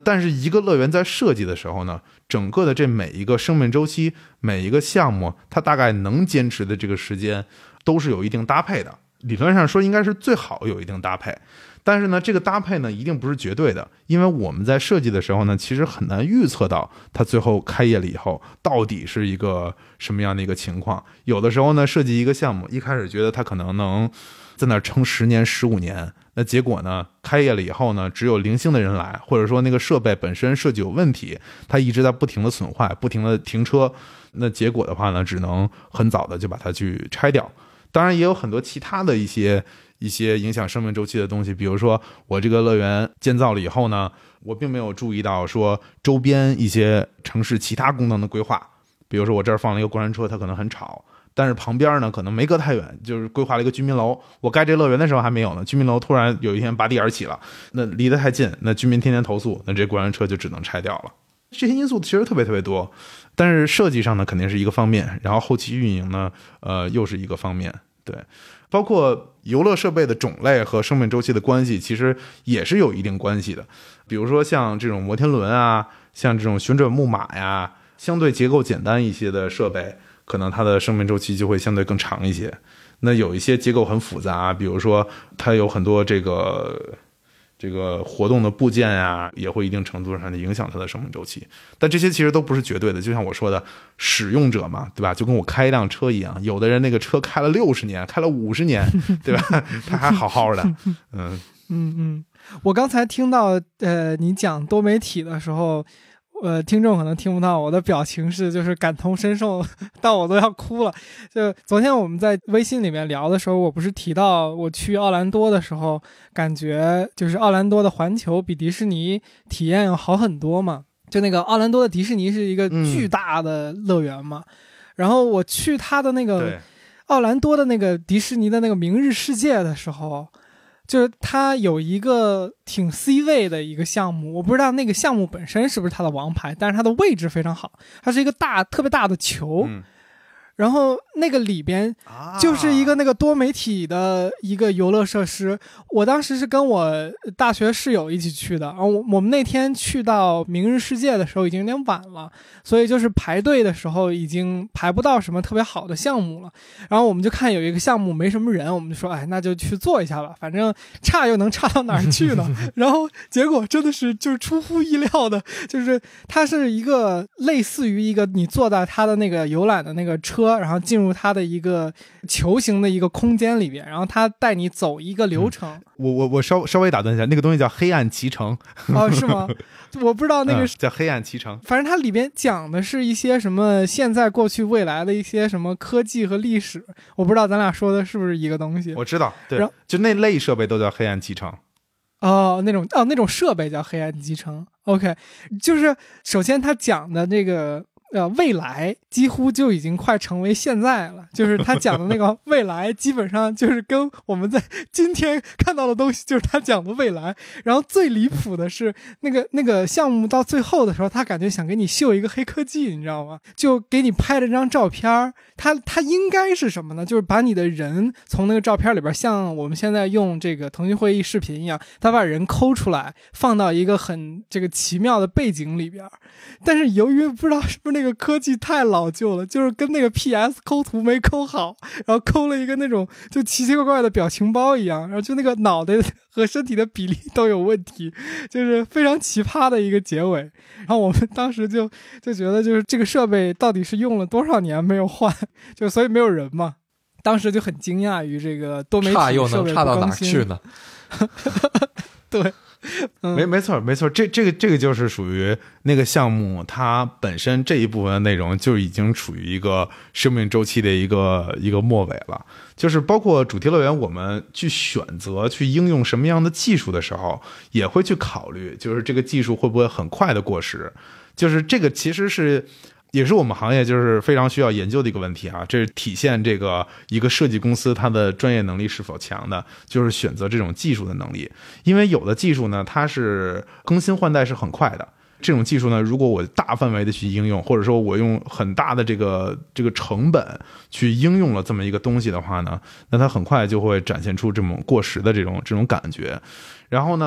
但是一个乐园在设计的时候呢，整个的这每一个生命周期，每一个项目，它大概能坚持的这个时间都是有一定搭配的。理论上说应该是最好有一定搭配，但是呢这个搭配呢一定不是绝对的，因为我们在设计的时候呢其实很难预测到它最后开业了以后到底是一个什么样的一个情况。有的时候呢设计一个项目，一开始觉得它可能能在那儿撑十年十五年，那结果呢开业了以后呢只有零星的人来，或者说那个设备本身设计有问题，它一直在不停的损坏，不停的停车，那结果的话呢只能很早的就把它去拆掉。当然也有很多其他的一些一些影响生命周期的东西，比如说我这个乐园建造了以后呢，我并没有注意到说周边一些城市其他功能的规划，比如说我这儿放了一个过山车，它可能很吵，但是旁边呢可能没隔太远，就是规划了一个居民楼，我盖这乐园的时候还没有呢，居民楼突然有一天拔地而起了，那离得太近，那居民天天投诉，那这过山车就只能拆掉了。这些因素其实特别特别多，但是设计上呢肯定是一个方面，然后后期运营呢呃又是一个方面。对，包括游乐设备的种类和生命周期的关系其实也是有一定关系的。比如说像这种摩天轮啊，像这种旋转木马呀，相对结构简单一些的设备，可能它的生命周期就会相对更长一些。那有一些结构很复杂，比如说它有很多这个这个活动的部件呀，也会一定程度上的影响它的生命周期。但这些其实都不是绝对的，就像我说的，使用者嘛，对吧？就跟我开一辆车一样，有的人那个车开了六十年，开了五十年，对吧？他还好好的。嗯嗯嗯，我刚才听到呃你讲多媒体的时候，呃，听众可能听不到我的表情是就是感同身受到我都要哭了。就昨天我们在微信里面聊的时候，我不是提到我去奥兰多的时候，感觉就是奥兰多的环球比迪士尼体验要好很多嘛。就那个奥兰多的迪士尼是一个巨大的乐园嘛，嗯、然后我去他的那个奥兰多的那个迪士尼的那个明日世界的时候，就是它有一个挺 C 位的一个项目，我不知道那个项目本身是不是它的王牌，但是它的位置非常好，它是一个大特别大的球、嗯、然后那个里边就是一个那个多媒体的一个游乐设施。我当时是跟我大学室友一起去的，然后我们那天去到明日世界的时候已经有点晚了，所以就是排队的时候已经排不到什么特别好的项目了。然后我们就看有一个项目没什么人，我们就说哎，那就去做一下吧，反正差又能差到哪儿去呢？然后结果真的是就是出乎意料的，就是它是一个类似于一个你坐在它的那个游览的那个车，然后进入它的一个球形的一个空间里边，然后它带你走一个流程。嗯、 我我我稍稍微打断一下，那个东西叫黑暗骑乘。 哦，是吗？我不知道那个、嗯、 叫黑暗骑乘。 反正它里边讲的是一些什么现在、过去、未来的一些什么科技和历史。我不知道咱俩说的是不是一个东西。 我知道，对，就那类设备都叫黑暗骑乘。 哦，那种哦那种设备叫黑暗骑乘。OK， 就是首先他讲的这个。呃，未来几乎就已经快成为现在了，就是他讲的那个未来基本上就是跟我们在今天看到的东西就是他讲的未来。然后最离谱的是那个那个项目到最后的时候，他感觉想给你秀一个黑科技，你知道吗？就给你拍了张照片，他他应该是什么呢？就是把你的人从那个照片里边，像我们现在用这个腾讯会议视频一样，他把人抠出来放到一个很这个奇妙的背景里边。但是由于不知道是不是那个科技太老旧了，就是跟那个 P S 抠图没抠好，然后抠了一个那种就奇奇怪怪的表情包一样，然后就那个脑袋和身体的比例都有问题，就是非常奇葩的一个结尾。然后我们当时就就觉得就是这个设备到底是用了多少年没有换，就所以没有人嘛。当时就很惊讶于这个多媒体设备不更新，差又能差到哪去呢？ 对。 嗯、没没错没错，这这个这个就是属于那个项目，它本身这一部分的内容就已经处于一个生命周期的一个一个末尾了。就是包括主题乐园，我们去选择去应用什么样的技术的时候，也会去考虑，就是这个技术会不会很快的过时。就是这个其实是。也是我们行业就是非常需要研究的一个问题啊，这是体现这个一个设计公司它的专业能力是否强的，就是选择这种技术的能力。因为有的技术呢，它是更新换代是很快的，这种技术呢，如果我大范围的去应用，或者说我用很大的这个这个成本去应用了这么一个东西的话呢，那它很快就会展现出这种过时的这种这种感觉。然后呢，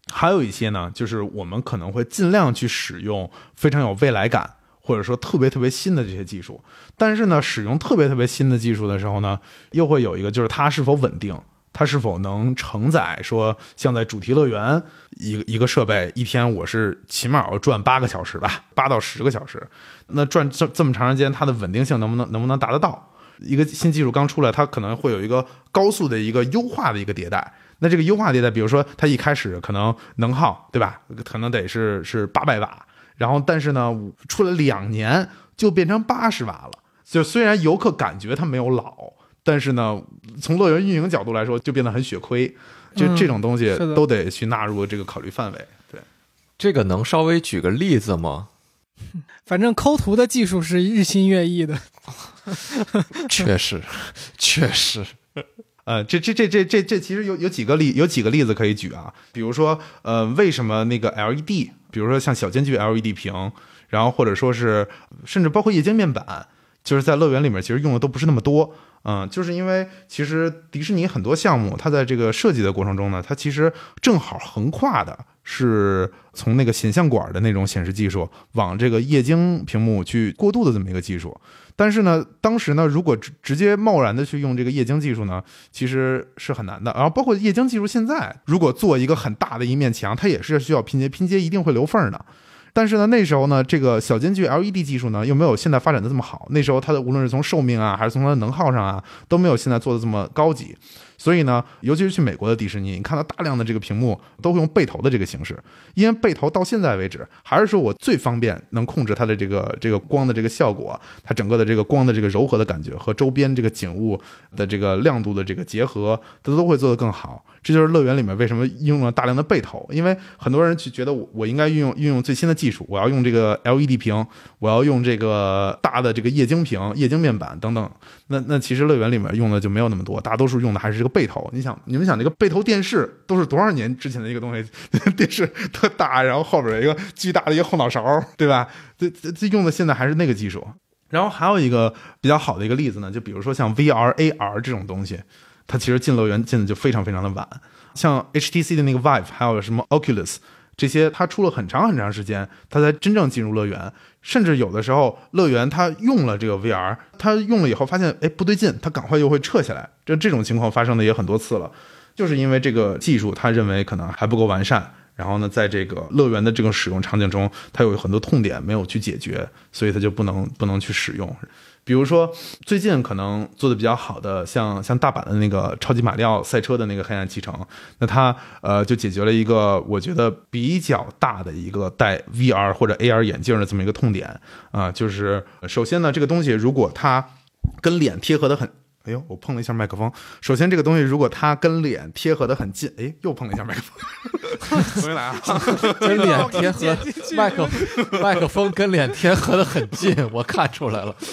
还有一些呢，就是我们可能会尽量去使用非常有未来感，或者说特别特别新的这些技术。但是呢，使用特别特别新的技术的时候呢，又会有一个就是它是否稳定，它是否能承载说像在主题乐园一个一个设备一天我是起码要转八个小时吧，八到十个小时，那转这这么长时间，它的稳定性能不能能不能达得到？一个新技术刚出来，它可能会有一个高速的一个优化的一个迭代。那这个优化迭代，比如说它一开始可能能耗，对吧？可能得是是八百瓦，然后但是呢，出了两年就变成八十瓦了。就虽然游客感觉它没有老，但是呢，从乐园运营角度来说，就变得很血亏。就这种东西都得去纳入这个考虑范围。对， 这个能稍微举个例子吗？ 反正抠图的技术是日新月异的。 确实，确实。 呃，这这这这这这其实有有几个例有几个例子可以举啊，比如说呃，为什么那个 L E D， 比如说像小间距 L E D 屏，然后或者说是甚至包括液晶面板，就是在乐园里面其实用的都不是那么多，嗯，就是因为其实迪士尼很多项目它在这个设计的过程中呢，它其实正好横跨的是从那个显像管的那种显示技术往这个液晶屏幕去过渡的这么一个技术。但是呢，当时呢，如果直直接贸然的去用这个液晶技术呢，其实是很难的。然后包括液晶技术现在，如果做一个很大的一面墙，它也是需要拼接，拼接一定会留缝的。但是呢，那时候呢，这个小间距 L E D 技术呢，又没有现在发展的这么好。那时候它的无论是从寿命啊，还是从它的能耗上啊，都没有现在做的这么高级。所以呢，尤其是去美国的迪士尼，你看到大量的这个屏幕都会用背投的这个形式，因为背投到现在为止还是说我最方便能控制它的这个这个光的这个效果，它整个的这个光的这个柔和的感觉和周边这个景物的这个亮度的这个结合，它都会做得更好。这就是乐园里面为什么应用了大量的背投，因为很多人去觉得我我应该运用运用最新的技术，我要用这个 L E D 屏，我要用这个大的这个液晶屏、液晶面板等等。那那其实乐园里面用的就没有那么多，大多数用的还是这个背投。你想，你们想这个背投电视都是多少年之前的一个东西？电视特大，然后后边有一个巨大的一个后脑勺，对吧？这这这用的现在还是那个技术。然后还有一个比较好的一个例子呢，就比如说像 V R、A R 这种东西。它其实进乐园进的就非常非常的晚，像 H T C 的那个 Vive， 还有什么 Oculus 这些，它出了很长很长时间，它才真正进入乐园。甚至有的时候，乐园它用了这个 V R， 它用了以后发现，哎，不对劲，它赶快又会撤下来。这这种情况发生的也很多次了，就是因为这个技术，他认为可能还不够完善。然后呢，在这个乐园的这个使用场景中，它有很多痛点没有去解决，所以它就不能不能去使用。比如说最近可能做的比较好的，像像大阪的那个超级马里奥赛车的那个黑暗骑乘，那它呃就解决了一个我觉得比较大的一个戴 V R 或者 A R 眼镜的这么一个痛点啊、呃，就是首先呢，这个东西如果它跟脸贴合的很。哎呦，我碰了一下麦克风。首先，这个东西如果它跟脸贴合的很近，哎，又碰了一下麦克风。重新来啊！ 跟脸贴合，麦克麦克风跟脸贴合的很近，我看出来了。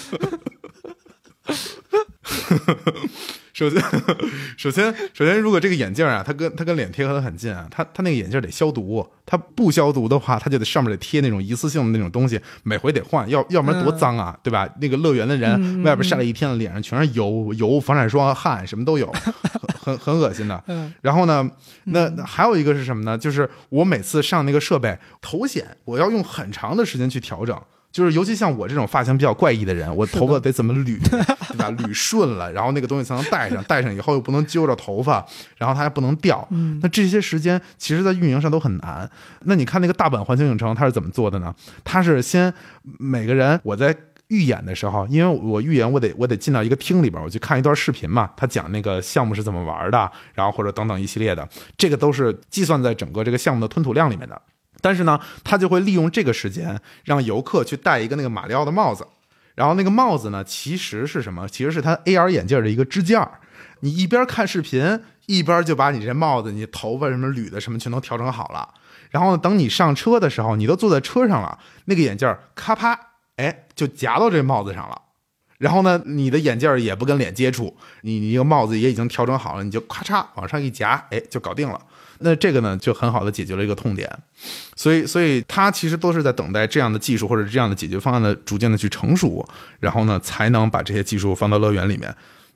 首先，首先，首先，如果这个眼镜啊，它跟它跟脸贴合的很近啊，它它那个眼镜得消毒，它不消毒的话，它就得上面得贴那种一次性的那种东西，每回得换，要要不然多脏啊，嗯、对吧？那个乐园的人、嗯、外边晒了一天的，脸上全是油油、防晒霜、汗，什么都有，很很恶心的。然后呢，那还有一个是什么呢？就是我每次上那个设备头显，我要用很长的时间去调整。就是尤其像我这种发型比较怪异的人，我头发得怎么捋，对吧？捋顺了，然后那个东西才能戴上，戴上以后又不能揪着头发，然后它还不能掉。嗯、那这些时间其实在运营上都很难。那你看那个大阪环球影城它是怎么做的呢？它是先每个人我在预演的时候，因为我预演我得我得进到一个厅里边，我去看一段视频嘛，他讲那个项目是怎么玩的，然后或者等等一系列的，这个都是计算在整个这个项目的吞吐量里面的。但是呢，他就会利用这个时间让游客去戴一个那个马里奥的帽子，然后那个帽子呢，其实是什么？其实是他 A R 眼镜的一个支架。你一边看视频，一边就把你这帽子、你头发什么捋的什么全都调整好了。然后呢，等你上车的时候，你都坐在车上了，那个眼镜咔啪，哎，就夹到这帽子上了。然后呢，你的眼镜也不跟脸接触，你你一个帽子也已经调整好了，你就咔嚓往上一夹，哎，就搞定了。那这个呢，就很好的解决了一个痛点，所以，所以它其实都是在等待这样的技术或者这样的解决方案的逐渐的去成熟，然后呢，才能把这些技术放到乐园里面。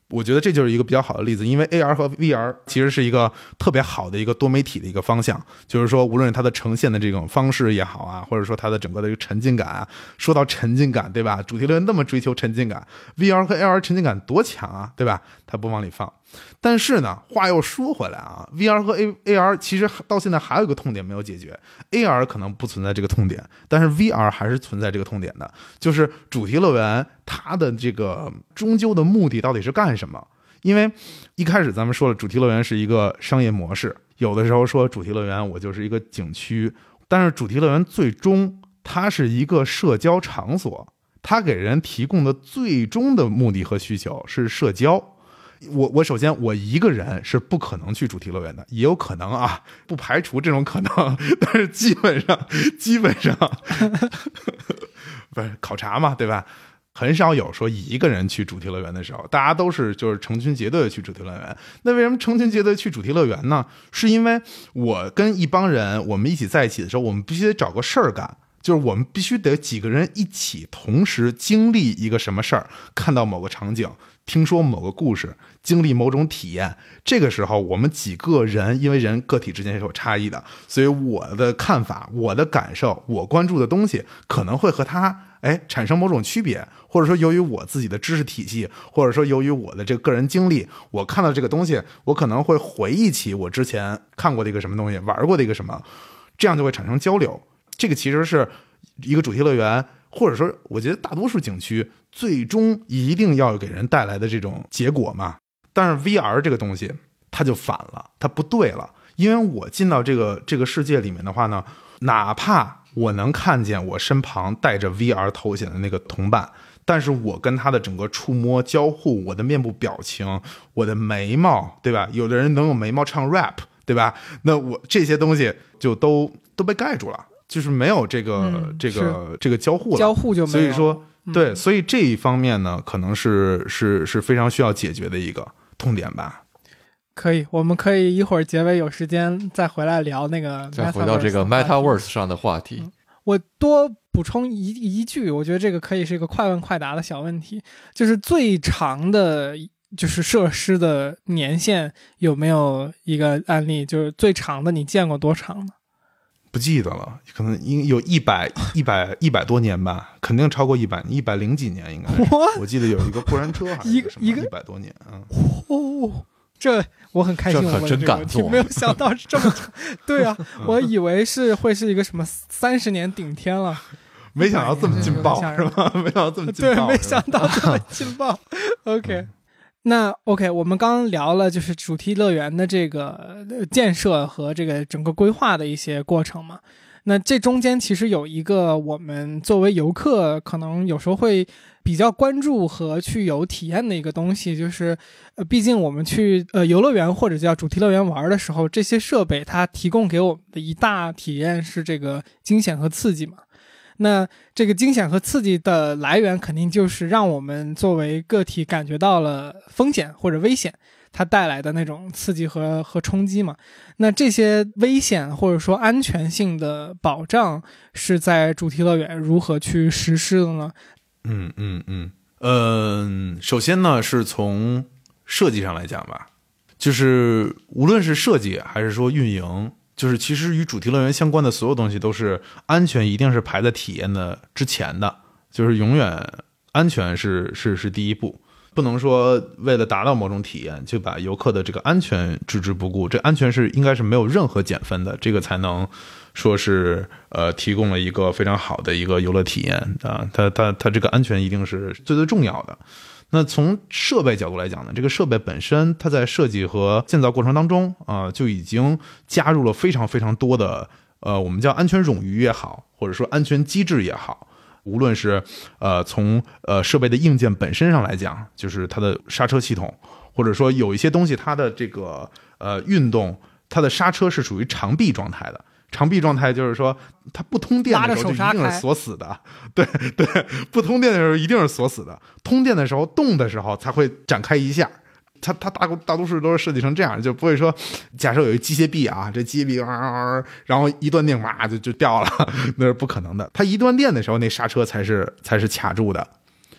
我觉得这就是一个比较好的例子，因为 A R 和 V R 其实是一个特别好的一个多媒体的一个方向，就是说无论它的呈现的这种方式也好啊，或者说它的整个的一个沉浸感啊，说到沉浸感，对吧？主题乐园那么追求沉浸感， V R 和 A R 沉浸感多强啊，对吧？它不往里放。但是呢，话又说回来啊 ，V R 和 A R 其实到现在还有一个痛点没有解决 ，A R 可能不存在这个痛点，但是 V R 还是存在这个痛点的，就是主题乐园它的这个终究的目的到底是干什么？因为一开始咱们说了，主题乐园是一个商业模式，有的时候说主题乐园我就是一个景区，但是主题乐园最终它是一个社交场所，它给人提供的最终的目的和需求是社交。我我首先我一个人是不可能去主题乐园的，也有可能啊，不排除这种可能，但是基本上基本上不是考察嘛，对吧？很少有说一个人去主题乐园的时候，大家都是就是成群结队的去主题乐园。那为什么成群结队去主题乐园呢？是因为我跟一帮人我们一起在一起的时候，我们必须得找个事儿干，就是我们必须得几个人一起同时经历一个什么事儿，看到某个场景，听说某个故事，经历某种体验。这个时候我们几个人，因为人个体之间是有差异的，所以我的看法，我的感受，我关注的东西可能会和他哎产生某种区别，或者说由于我自己的知识体系，或者说由于我的这个个人经历，我看到这个东西，我可能会回忆起我之前看过的一个什么东西，玩过的一个什么，这样就会产生交流。这个其实是一个主题乐园，或者说我觉得大多数景区最终一定要给人带来的这种结果嘛。但是 V R 这个东西它就反了，它不对了。因为我进到这个这个世界里面的话呢，哪怕我能看见我身旁带着 V R 头显的那个同伴，但是我跟他的整个触摸交互，我的面部表情，我的眉毛，对吧？有的人能用眉毛唱 rap， 对吧？那我这些东西就都都被盖住了，就是没有这个、嗯、这个这个交互了， 交互就没有。 所以说，对，所以这一方面呢，可能是是是非常需要解决的一个痛点吧。 可以，我们可以一会儿结尾有时间再回来聊那个 Metaverse， 再回到这个 Metaverse 上的话题。 嗯、我多补充一一句，我觉得这个可以是一个快问快答的小问题，就是最长的就是设施的年限有没有一个案例，就是最长的你见过多长呢？ 不记得了，可能应有一百一百一百多年吧，肯定超过一百一百零几年应该。我记得有一个过山车还是一个什么一百多年啊。 哦，这我很开心， 这可真敢做， 没有想到是这么长。对啊，我以为是会是一个什么三十年顶天了， 没想到这么劲爆是吧？没想到这么劲爆， 对，没想到这么劲爆。OK。嗯，那 OK， 我们刚刚聊了就是主题乐园的这个建设和这个整个规划的一些过程嘛。那这中间其实有一个我们作为游客可能有时候会比较关注和去有体验的一个东西，就是呃，毕竟我们去呃游乐园或者叫主题乐园玩的时候，这些设备它提供给我们的一大体验是这个惊险和刺激嘛。那这个惊险和刺激的来源肯定就是让我们作为个体感觉到了风险或者危险，它带来的那种刺激和和冲击嘛。那这些危险或者说安全性的保障是在主题乐园如何去实施的呢？ 嗯嗯嗯嗯，首先呢是从设计上来讲吧，就是无论是设计还是说运营，就是其实与主题乐园相关的所有东西都是安全一定是排在体验的之前的，就是永远安全是是是第一步，不能说为了达到某种体验就把游客的这个安全置之不顾，这安全是应该是没有任何减分的，这个才能说是呃提供了一个非常好的一个游乐体验啊，它它它这个安全一定是最最重要的。那从设备角度来讲呢，这个设备本身它在设计和建造过程当中啊、呃，就已经加入了非常非常多的呃，我们叫安全冗余也好，或者说安全机制也好，无论是呃从呃设备的硬件本身上来讲，就是它的刹车系统，或者说有一些东西它的这个呃运动，它的刹车是属于长臂状态的。长臂状态就是说它不通电的时候就一定是锁死的，对对，不通电的时候一定是锁死的，通电的时候动的时候才会展开一下。它它大大多数都是设计成这样，就不会说假设有一机械臂啊，这机械臂啊，然后一断电哇就就掉了，那是不可能的。它一断电的时候那刹车才是才是卡住的。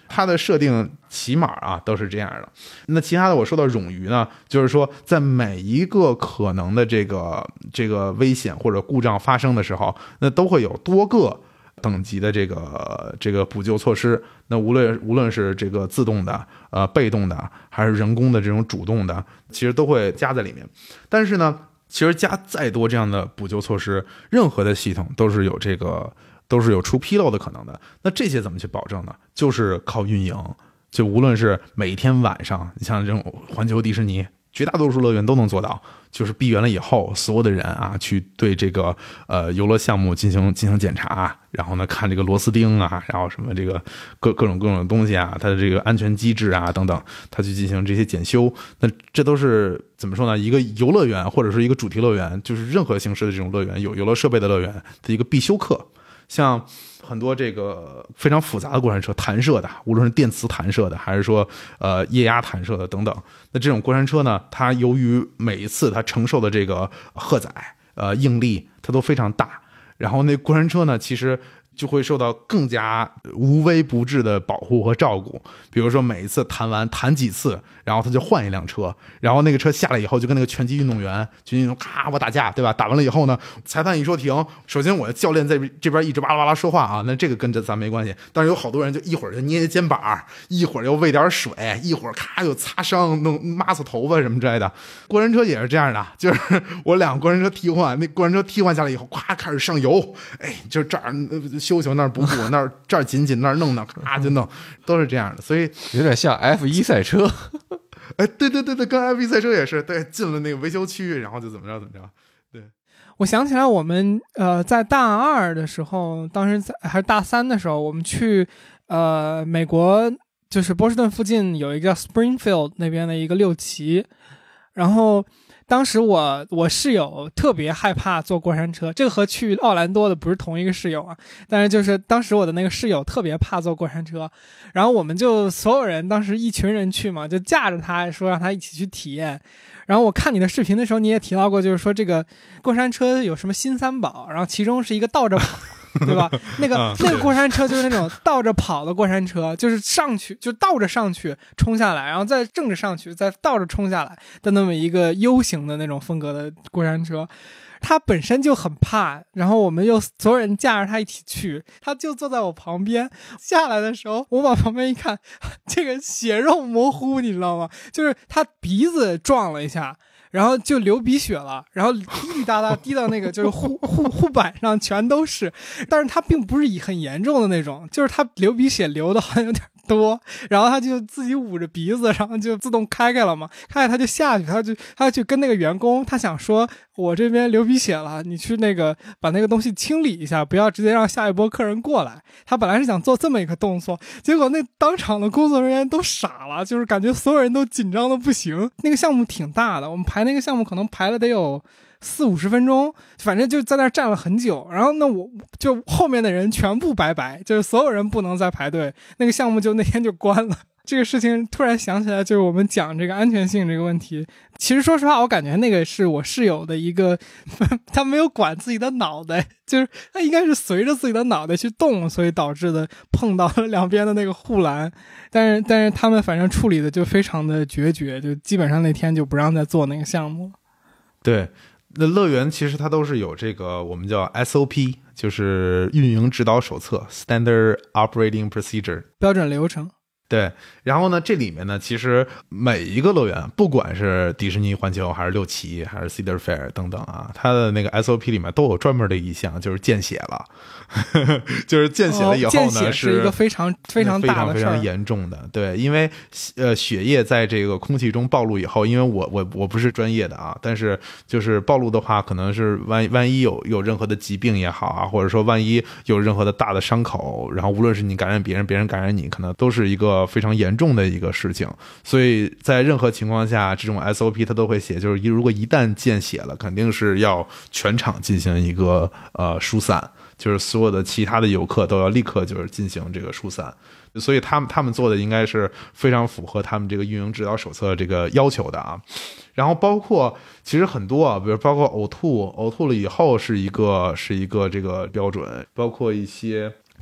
它的设定起码啊都是这样的。那其他的我说到冗余呢，就是说在每一个可能的这个这个危险或者故障发生的时候，那都会有多个等级的这个这个补救措施。那无论无论是这个自动的、呃被动的，还是人工的这种主动的，其实都会加在里面。但是呢，其实加再多这样的补救措施，任何的系统都是有这个都是有出纰漏的可能的。那这些怎么去保证呢？就是靠运营。就无论是每天晚上，你像这种环球迪士尼，绝大多数乐园都能做到，就是闭园了以后，所有的人啊去对这个呃游乐项目进行进行检查，然后呢看这个螺丝钉啊，然后什么这个各各种各种东西啊，它的这个安全机制啊等等，它去进行这些检修。那这都是怎么说呢？一个游乐园或者是一个主题乐园，就是任何形式的这种乐园，有游乐设备的乐园的一个必修课。像很多这个非常复杂的过山车，弹射的，无论是电磁弹射的，还是说呃液压弹射的等等，那这种过山车呢，它由于每一次它承受的这个荷载呃应力，它都非常大，然后那过山车呢，其实就会受到更加无微不至的保护和照顾。比如说每一次弹完弹几次，然后他就换一辆车，然后那个车下来以后就跟那个拳击运动员拳击运动咔我打架，对吧？打完了以后呢，裁判一说停，首先我的教练在这边一直巴拉巴拉说话啊，那这个跟这咱没关系。但是有好多人就一会儿就捏捏肩膀，一会儿又喂点水，一会儿咔又擦伤弄抹擦头发什么之类的。过山车也是这样的，就是我两个过山车替换，那过山车替换下来以后，咵开始上油，哎，就这儿修修那儿补补，那儿这儿紧紧那儿弄弄，咔就弄，都是这样的。所以有点像 F 一 赛车。 哎，对对对对，跟 F 一 赛车也是，对，进了那个维修区，然后就怎么着怎么着。对， 我想起来我们呃在大二的时候，当时在还是大三的时候，我们去呃美国，就是波士顿附近有一个叫 Springfield 那边的一个六旗，然后当时我我室友特别害怕坐过山车，这个和去奥兰多的不是同一个室友啊，但是就是当时我的那个室友特别怕坐过山车，然后我们就所有人当时一群人去嘛，就架着他说让他一起去体验。然后我看你的视频的时候，你也提到过，就是说这个过山车有什么新三宝，然后其中是一个倒着跑。对吧？那个那个过山车就是那种倒着跑的过山车，就是上去就倒着上去冲下来，然后再正着上去，再倒着冲下来的那么一个 U 型的那种风格的过山车。他本身就很怕，然后我们又所有人架着他一起去，他就坐在我旁边。下来的时候，我往旁边一看，这个血肉模糊，你知道吗？就是他鼻子撞了一下。然后就流鼻血了，然后滴滴答答滴到那个就是护护护板上全都是，但是他并不是以很严重的那种，就是他流鼻血流的好像有点多，然后他就自己捂着鼻子，然后就自动开开了嘛，开开他就下去，他就他就跟那个员工，他想说我这边流鼻血了，你去那个把那个东西清理一下，不要直接让下一波客人过来。他本来是想做这么一个动作，结果那当场的工作人员都傻了，就是感觉所有人都紧张的不行。那个项目挺大的，我们排那个项目可能排了得有四五十分钟，反正就在那儿站了很久。然后那我就后面的人全部拜拜，就是所有人不能再排队，那个项目就那天就关了。这个事情突然想起来，就是我们讲这个安全性这个问题。其实说实话，我感觉那个是我室友的一个，他没有管自己的脑袋，就是他应该是随着自己的脑袋去动，所以导致的碰到了两边的那个护栏。但是但是他们反正处理的就非常的决绝，就基本上那天就不让再做那个项目了。 对，那乐园其实它都是有这个我们叫 S O P， 就是运营指导手册 Standard Operating Procedure， 标准流程。 对，然后呢，这里面呢，其实每一个乐园，不管是迪士尼环球还是六旗还是 Cedar Fair 等等啊，它的那个 S O P 里面都有专门的一项，就是见血了，就是见血了以后呢， 哦、见血是一个非常非常大的事，非常非常严重的。对，因为呃血液在这个空气中暴露以后，因为我我我不是专业的啊，但是就是暴露的话，可能是万万一有有任何的疾病也好啊，或者说万一有任何的大的伤口，然后无论是你感染别人，别人感染你，可能都是一个非常严重的一个事情。所以在任何情况下，这种 S O P 它都会写，就是如果一旦见血了，肯定是要全场进行一个呃疏散，就是所有的其他的游客都要立刻就是进行这个疏散。所以他们他们做的应该是非常符合他们这个运营指导手册这个要求的啊。然后包括其实很多啊，比如包括呕吐，呕吐了以后是一个是一个这个标准，包括一些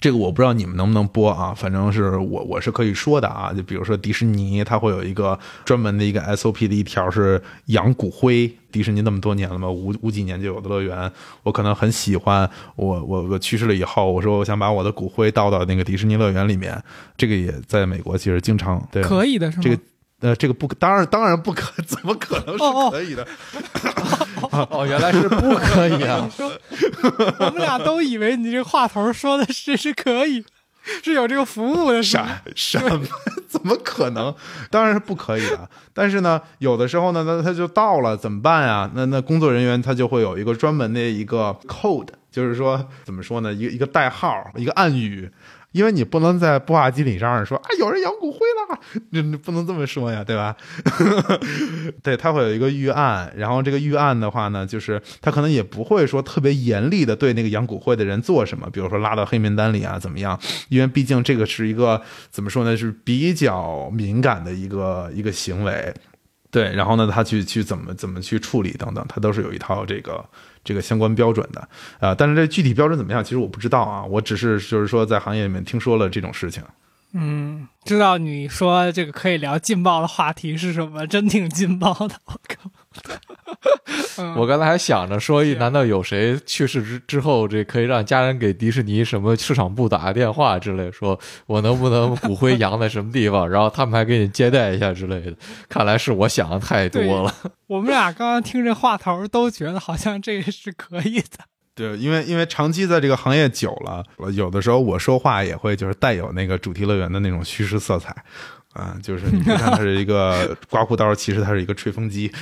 这个我不知道你们能不能播啊，反正是我我是可以说的啊。就比如说迪士尼，它会有一个专门的一个 S O P 的一条是养骨灰。迪士尼那么多年了嘛，五五几年就有的乐园，我可能很喜欢。我我我去世了以后，我说我想把我的骨灰倒到那个迪士尼乐园里面，这个也在美国其实经常对可以的是吗？ 这个呃，这个不，当然当然不可，怎么可能是可以的？ 哦, 哦, 哦，原来是不可以啊！ 我们俩都以为你这个话头说的是是可以，是有这个服务的。 啥什么？怎么可能？当然是不可以的。但是呢，有的时候呢，那他就到了，怎么办呀？那那工作人员他就会有一个专门的一个 code， 就是说怎么说呢？一个一个代号，一个暗语。因为你不能在播话机里上说啊，有人养骨灰了，你不能这么说呀，对吧？对，他会有一个预案，然后这个预案的话呢，就是他可能也不会说特别严厉的对那个养骨灰的人做什么，比如说拉到黑名单里啊，怎么样？因为毕竟这个是一个怎么说呢，是比较敏感的一个一个行为。对，然后呢，他去去怎么怎么去处理等等，他都是有一套这个这个相关标准的，呃，但是这具体标准怎么样，其实我不知道啊，我只是就是说在行业里面听说了这种事情。 嗯，知道你说这个可以聊劲爆的话题是什么，真挺劲爆的，我靠。嗯、 我刚才还想着说，难道有谁去世之之后，这可以让家人给迪士尼什么市场部打个电话之类，说我能不能骨灰扬在什么地方，然后他们还给你接待一下之类的。看来是我想的太多了。 我们俩刚刚听这话头都觉得好像这个是可以的。 对，因为因为长期在这个行业久了，有的时候我说话也会就是带有那个主题乐园的那种叙事色彩。啊，就是你别看它是一个刮胡刀，其实它是一个吹风机。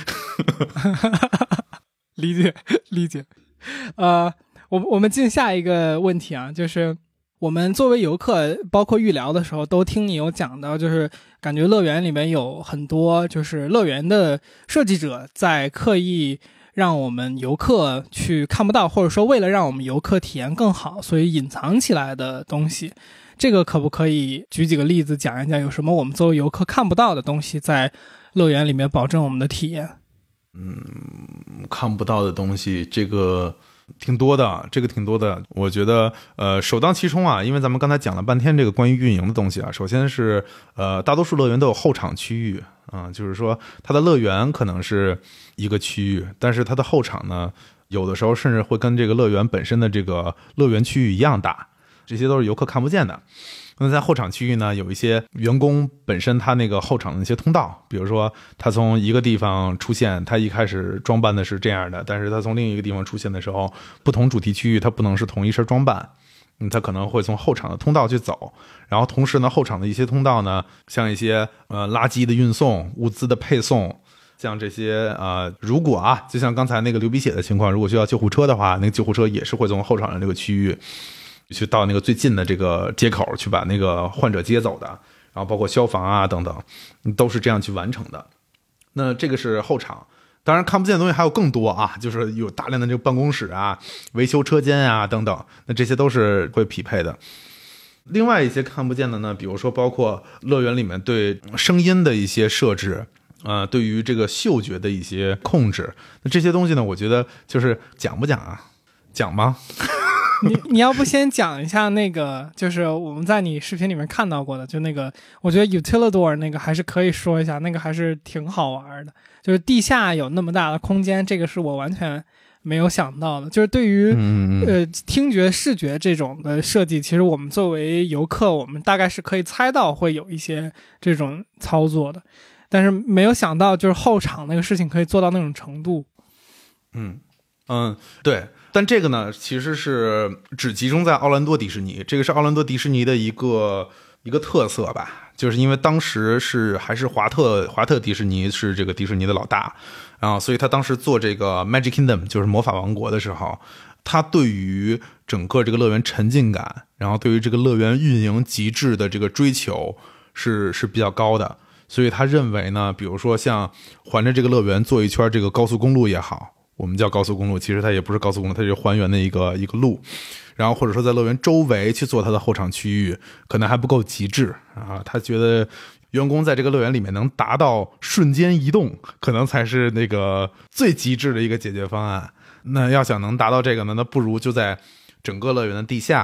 理解理解。呃，我我们进下一个问题啊，就是我们作为游客，包括预聊的时候，都听你有讲到，就是感觉乐园里面有很多就是乐园的设计者在刻意让我们游客去看不到，或者说为了让我们游客体验更好，所以隐藏起来的东西。这个可不可以举几个例子讲一讲，有什么我们作为游客看不到的东西在乐园里面保证我们的体验？ 嗯，看不到的东西，这个挺多的，这个挺多的。我觉得呃首当其冲啊，因为咱们刚才讲了半天这个关于运营的东西啊，首先是呃大多数乐园都有后场区域啊、呃，就是说它的乐园可能是一个区域，但是它的后场呢，有的时候甚至会跟这个乐园本身的这个乐园区域一样大。这些都是游客看不见的。那在后场区域呢，有一些员工本身他那个后场的那些通道，比如说他从一个地方出现，他一开始装扮的是这样的，但是他从另一个地方出现的时候，不同主题区域他不能是同一身装扮，嗯，他可能会从后场的通道去走。然后同时呢，后场的一些通道呢，像一些呃垃圾的运送、物资的配送，像这些呃，如果啊，就像刚才那个流鼻血的情况，如果需要救护车的话，那个救护车也是会从后场的这个区域去到那个最近的这个接口去把那个患者接走的，然后包括消防啊等等，都是这样去完成的。那这个是后场，当然看不见的东西还有更多啊，就是有大量的这个办公室啊、维修车间啊等等，那这些都是会匹配的。另外一些看不见的呢，比如说包括乐园里面对声音的一些设置，呃，对于这个嗅觉的一些控制，那这些东西呢，我觉得就是讲不讲啊？讲吗？ 你你要不先讲一下那个，就是我们在你视频里面看到过的，就那个，我觉得 Utilidor 那个还是可以说一下，那个还是挺好玩的。就是地下有那么大的空间，这个是我完全没有想到的。就是对于呃听觉、视觉这种的设计，其实我们作为游客，我们大概是可以猜到会有一些这种操作的，但是没有想到就是后场那个事情可以做到那种程度。 嗯嗯，对。但这个呢，其实是只集中在奥兰多迪士尼，这个是奥兰多迪士尼的一个一个特色吧，就是因为当时是还是华特华特迪士尼是这个迪士尼的老大，然后所以他当时做这个 Magic Kingdom 就是魔法王国的时候，他对于整个这个乐园沉浸感，然后对于这个乐园运营极致的这个追求是是比较高的，所以他认为呢，比如说像环着这个乐园做一圈这个高速公路也好。我们叫高速公路，其实它也不是高速公路，它是还原的一个一个路，然后或者说在乐园周围去做它的后场区域，可能还不够极致啊。他觉得员工在这个乐园里面能达到瞬间移动，可能才是那个最极致的一个解决方案。那要想能达到这个呢，那不如就在整个乐园的地下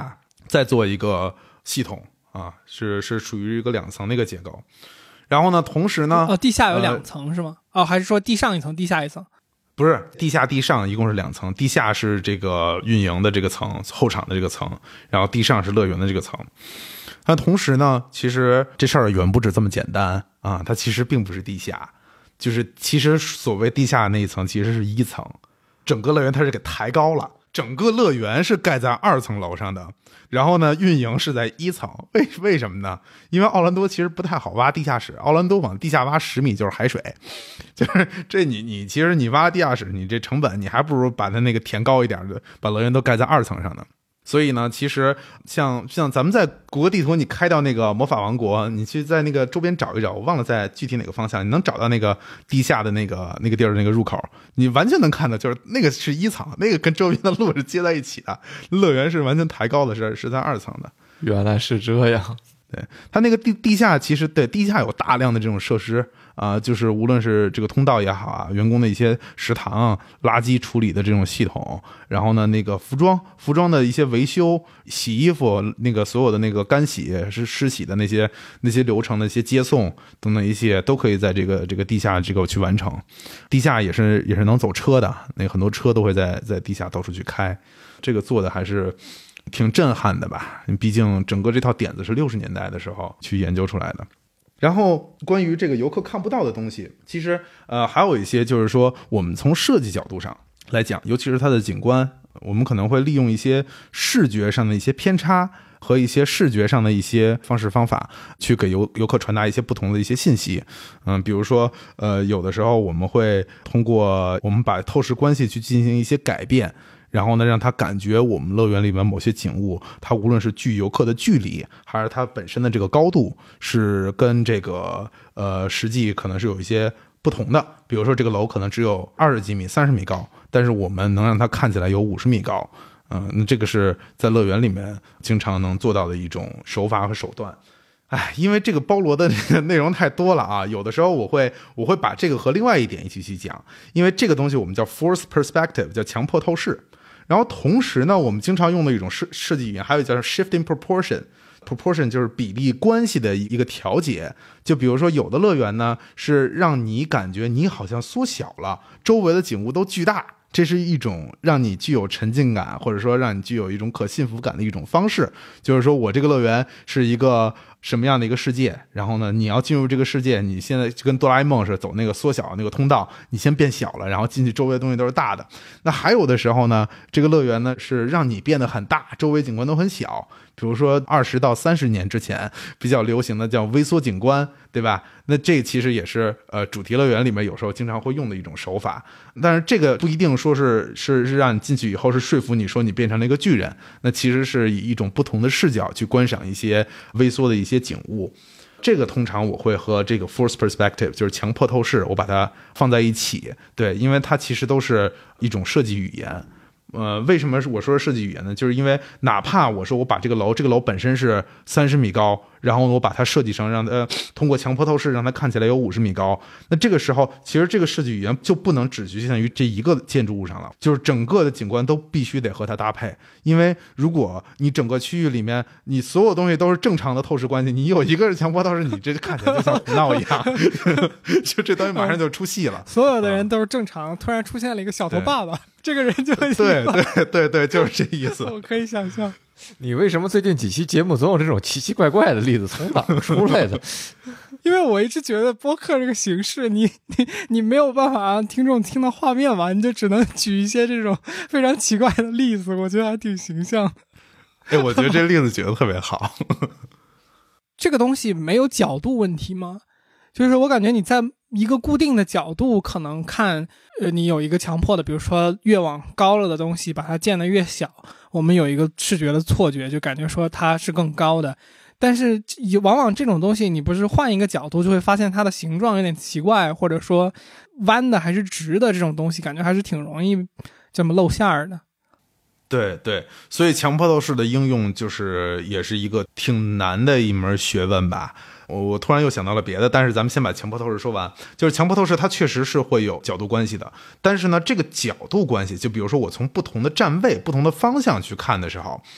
再做一个系统啊，是是属于一个两层的一个结构。然后呢，同时呢， 哦，地下有两层、呃、是吗？哦，还是说地上一层，地下一层？ 不是，地下地上一共是两层，地下是这个运营的这个层，后场的这个层，然后地上是乐园的这个层。那同时呢，其实这事儿远不止这么简单啊，它其实并不是地下，就是其实所谓地下那一层其实是一层，整个乐园它是给抬高了，整个乐园是盖在二层楼上的，然后呢，运营是在一层。为为什么呢？因为奥兰多其实不太好挖地下室，奥兰多往地下挖十米就是海水，就是这你你其实你挖地下室，你这成本你还不如把它那个填高一点的，把乐园都盖在二层上呢。所以呢，其实像像咱们在谷歌地图，你开到那个魔法王国，你去在那个周边找一找，我忘了在具体哪个方向，你能找到那个地下的那个那个地儿的那个入口，你完全能看到，就是那个是一层，那个跟周边的路是接在一起的，乐园是完全抬高的，是是在二层的。 原来是这样。 对，它那个地地下其实对地下有大量的这种设施啊、呃，就是无论是这个通道也好啊，员工的一些食堂、垃圾处理的这种系统，然后呢，那个服装、服装的一些维修、洗衣服，那个所有的那个干洗、是湿洗的那些那些流程的一些接送等等一些，都可以在这个这个地下这个去完成。地下也是也是能走车的，那很多车都会在在地下到处去开，这个做的还是挺震撼的吧，毕竟整个这套点子是六十年代的时候去研究出来的。然后关于这个游客看不到的东西，其实呃还有一些就是说我们从设计角度上来讲，尤其是它的景观，我们可能会利用一些视觉上的一些偏差和一些视觉上的一些方式方法，去给游游客传达一些不同的一些信息。嗯，比如说呃有的时候我们会通过我们把透视关系去进行一些改变，然后呢，让他感觉我们乐园里面某些景物，它无论是距游客的距离，还是它本身的这个高度，是跟这个呃实际可能是有一些不同的。比如说这个楼可能只有二十几米、三十米高，但是我们能让它看起来有五十米高。嗯、呃，那这个是在乐园里面经常能做到的一种手法和手段。哎，因为这个包罗的这个内容太多了啊，有的时候我会我会把这个和另外一点一起去讲，因为这个东西我们叫 forced perspective， 叫强迫透视。然后同时呢，我们经常用的一种设设计语言，还有叫 shifting proportion。proportion 就是比例关系的一个调节。就比如说有的乐园呢，是让你感觉你好像缩小了，周围的景物都巨大。这是一种让你具有沉浸感，或者说让你具有一种可信服感的一种方式。就是说我这个乐园是一个什么样的一个世界，然后呢，你要进入这个世界，你现在就跟哆啦 A 梦似的走那个缩小那个通道，你先变小了，然后进去周围的东西都是大的。那还有的时候呢，这个乐园呢是让你变得很大，周围景观都很小。比如说二十到三十年之前比较流行的叫微缩景观，对吧？那这其实也是呃主题乐园里面有时候经常会用的一种手法。但是这个不一定说是是是让你进去以后是说服你说你变成了一个巨人，那其实是以一种不同的视角去观赏一些微缩的一些景物。这个通常我会和这个 forced perspective 就是强迫透视，我把它放在一起。对，因为它其实都是一种设计语言。呃，为什么我说设计语言呢？就是因为哪怕我说我把这个楼，这个楼本身是三十米高，然后我把它设计成让它、呃、通过强迫透视让它看起来有五十米高，那这个时候其实这个设计语言就不能只局限于这一个建筑物上了，就是整个的景观都必须得和它搭配。因为如果你整个区域里面你所有东西都是正常的透视关系，你有一个是强迫透视，你这看起来就像胡闹一样就这东西马上就出戏了。 所有的人都是正常，突然出现了一个小头爸爸，这个人就会对对对对，就是这意思。 我可以想象。 你为什么最近几期节目总有这种奇奇怪怪的例子，从哪出来的？ 因为我一直觉得播客这个形式，你你你没有办法让听众听到画面嘛，你就只能举一些这种非常奇怪的例子，我觉得还挺形象。 哎，我觉得这例子举得特别好。 这个东西没有角度问题吗？就是我感觉你在一个固定的角度可能看，呃，你有一个强迫的，比如说越往高了的东西把它建得越小，我们有一个视觉的错觉，就感觉说它是更高的。但是往往这种东西你不是换一个角度就会发现它的形状有点奇怪，或者说弯的还是直的，这种东西感觉还是挺容易这么露馅儿的。 对对，所以强迫透视的应用就是也是一个挺难的一门学问吧。我我突然又想到了别的，但是咱们先把强迫透视说完。就是强迫透视它确实是会有角度关系的，但是呢，这个角度关系，就比如说我从不同的站位、不同的方向去看的时候，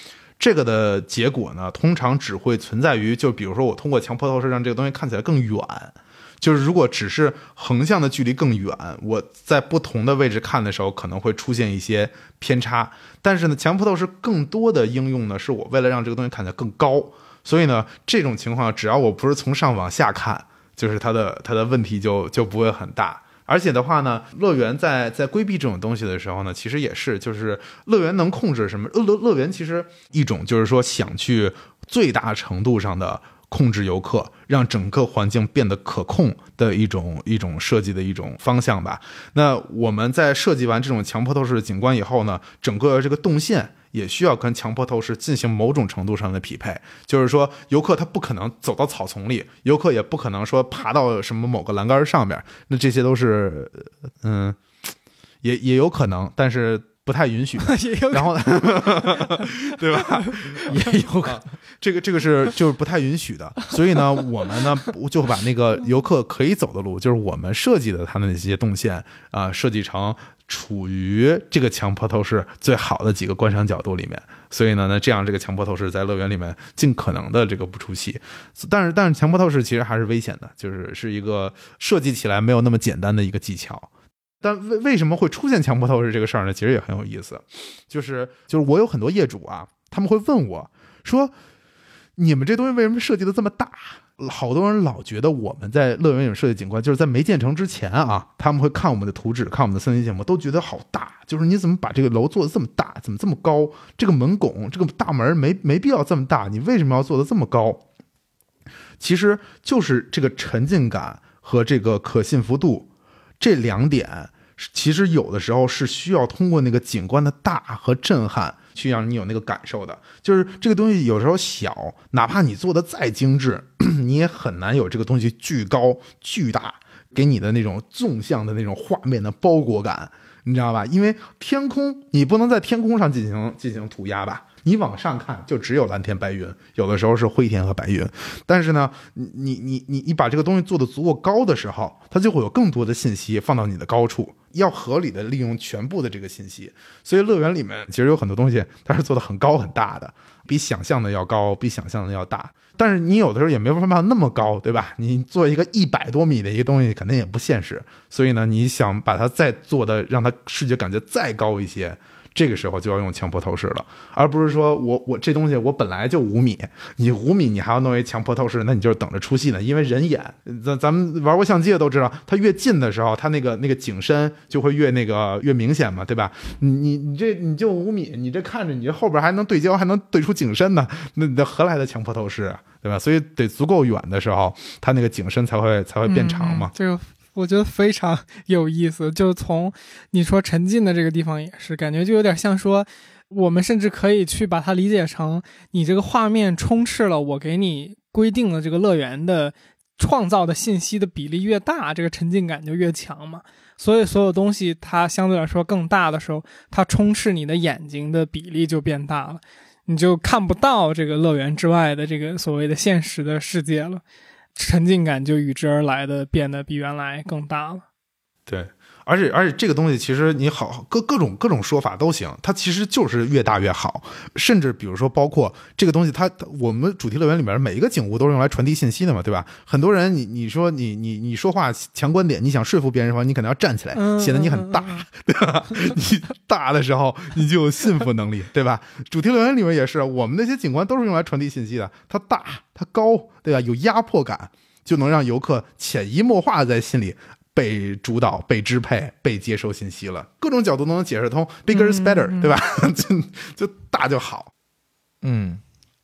这个的结果呢，通常只会存在于，就比如说我通过强迫透视让这个东西看起来更远。就是如果只是横向的距离更远，我在不同的位置看的时候可能会出现一些偏差。但是呢，强迫透视更多的应用呢，是我为了让这个东西看起来更高。所以呢，这种情况只要我不是从上往下看，就是它的它的问题就就不会很大。而且的话呢，乐园在在规避这种东西的时候呢，其实也是，就是乐园能控制什么？乐乐园其实一种就是说想去最大程度上的控制游客，让整个环境变得可控的一种一种设计的一种方向吧。那我们在设计完这种强迫透视的景观以后呢，整个这个动线也需要跟强迫透视进行某种程度上的匹配。就是说，游客他不可能走到草丛里，游客也不可能说爬到什么某个栏杆上面，那这些都是，嗯，也也有可能，但是不太允许。然后对吧，也有可能、啊、这个这个是就是不太允许的。所以呢，我们呢就把那个游客可以走的路，就是我们设计的它的那些动线啊、呃，设计成处于这个强迫透视最好的几个观赏角度里面。所以呢，那这样这个强迫透视在乐园里面尽可能的这个不出戏。但是但是强迫透视其实还是危险的，就是是一个设计起来没有那么简单的一个技巧。但为为什么会出现强迫透视这个事儿呢？其实也很有意思，就是就是我有很多业主啊，他们会问我说，你们这东西为什么设计的这么大？好多人老觉得我们在乐园里设计景观，就是在没建成之前啊，他们会看我们的图纸，看我们的森林项目，都觉得好大，就是你怎么把这个楼做的这么大，怎么这么高？这个门拱，这个大门没没必要这么大，你为什么要做的这么高？其实就是这个沉浸感和这个可信服度这两点。其实有的时候是需要通过那个景观的大和震撼去让你有那个感受的。就是这个东西有时候小，哪怕你做的再精致，你也很难有这个东西巨高巨大给你的那种纵向的那种画面的包裹感，你知道吧？因为天空你不能在天空上进行进行涂鸦吧，你往上看就只有蓝天白云，有的时候是灰天和白云。但是呢，你你你你把这个东西做得足够高的时候，它就会有更多的信息放到你的高处，要合理的利用全部的这个信息。所以乐园里面其实有很多东西它是做得很高很大的，比想象的要高，比想象的要大。但是你有的时候也没办法那么高，对吧？你做一个一百多米的一个东西肯定也不现实。所以呢，你想把它再做的让它视觉感觉再高一些，这个时候就要用强迫透视了，而不是说我我这东西我本来就五米，你五米你还要弄一强迫透视，那你就是等着出戏呢。因为人眼，咱咱们玩过相机的都知道，它越近的时候，它那个那个景深就会越那个越明显嘛，对吧？你你你这你就五米，你这看着你这后边还能对焦，还能对出景深呢，那你何来的强迫透视啊，对吧？所以得足够远的时候，它那个景深才会才会变长嘛。 嗯、这个。我觉得非常有意思，就从你说沉浸的这个地方也是，感觉就有点像说，我们甚至可以去把它理解成，你这个画面充斥了我给你规定的这个乐园的创造的信息的比例越大，这个沉浸感就越强嘛。所以所有东西它相对来说更大的时候，它充斥你的眼睛的比例就变大了，你就看不到这个乐园之外的这个所谓的现实的世界了。沉浸感就与之而来的变得比原来更大了。 对，而且而且这个东西其实你好各各种各种说法都行，它其实就是越大越好。甚至比如说包括这个东西它，我们主题乐园里面每一个景物都是用来传递信息的嘛，对吧？很多人你你说你你你说话强观点，你想说服别人的话，你可能要站起来显得你很大，对吧？你大的时候你就有信服能力，对吧？主题乐园里面也是，我们那些景观都是用来传递信息的，它大它高，对吧？有压迫感，就能让游客潜移默化在心里被主导、被支配、被接收信息了，各种角度都能解释通。Bigger is better，、嗯、对吧？就就大就好。 嗯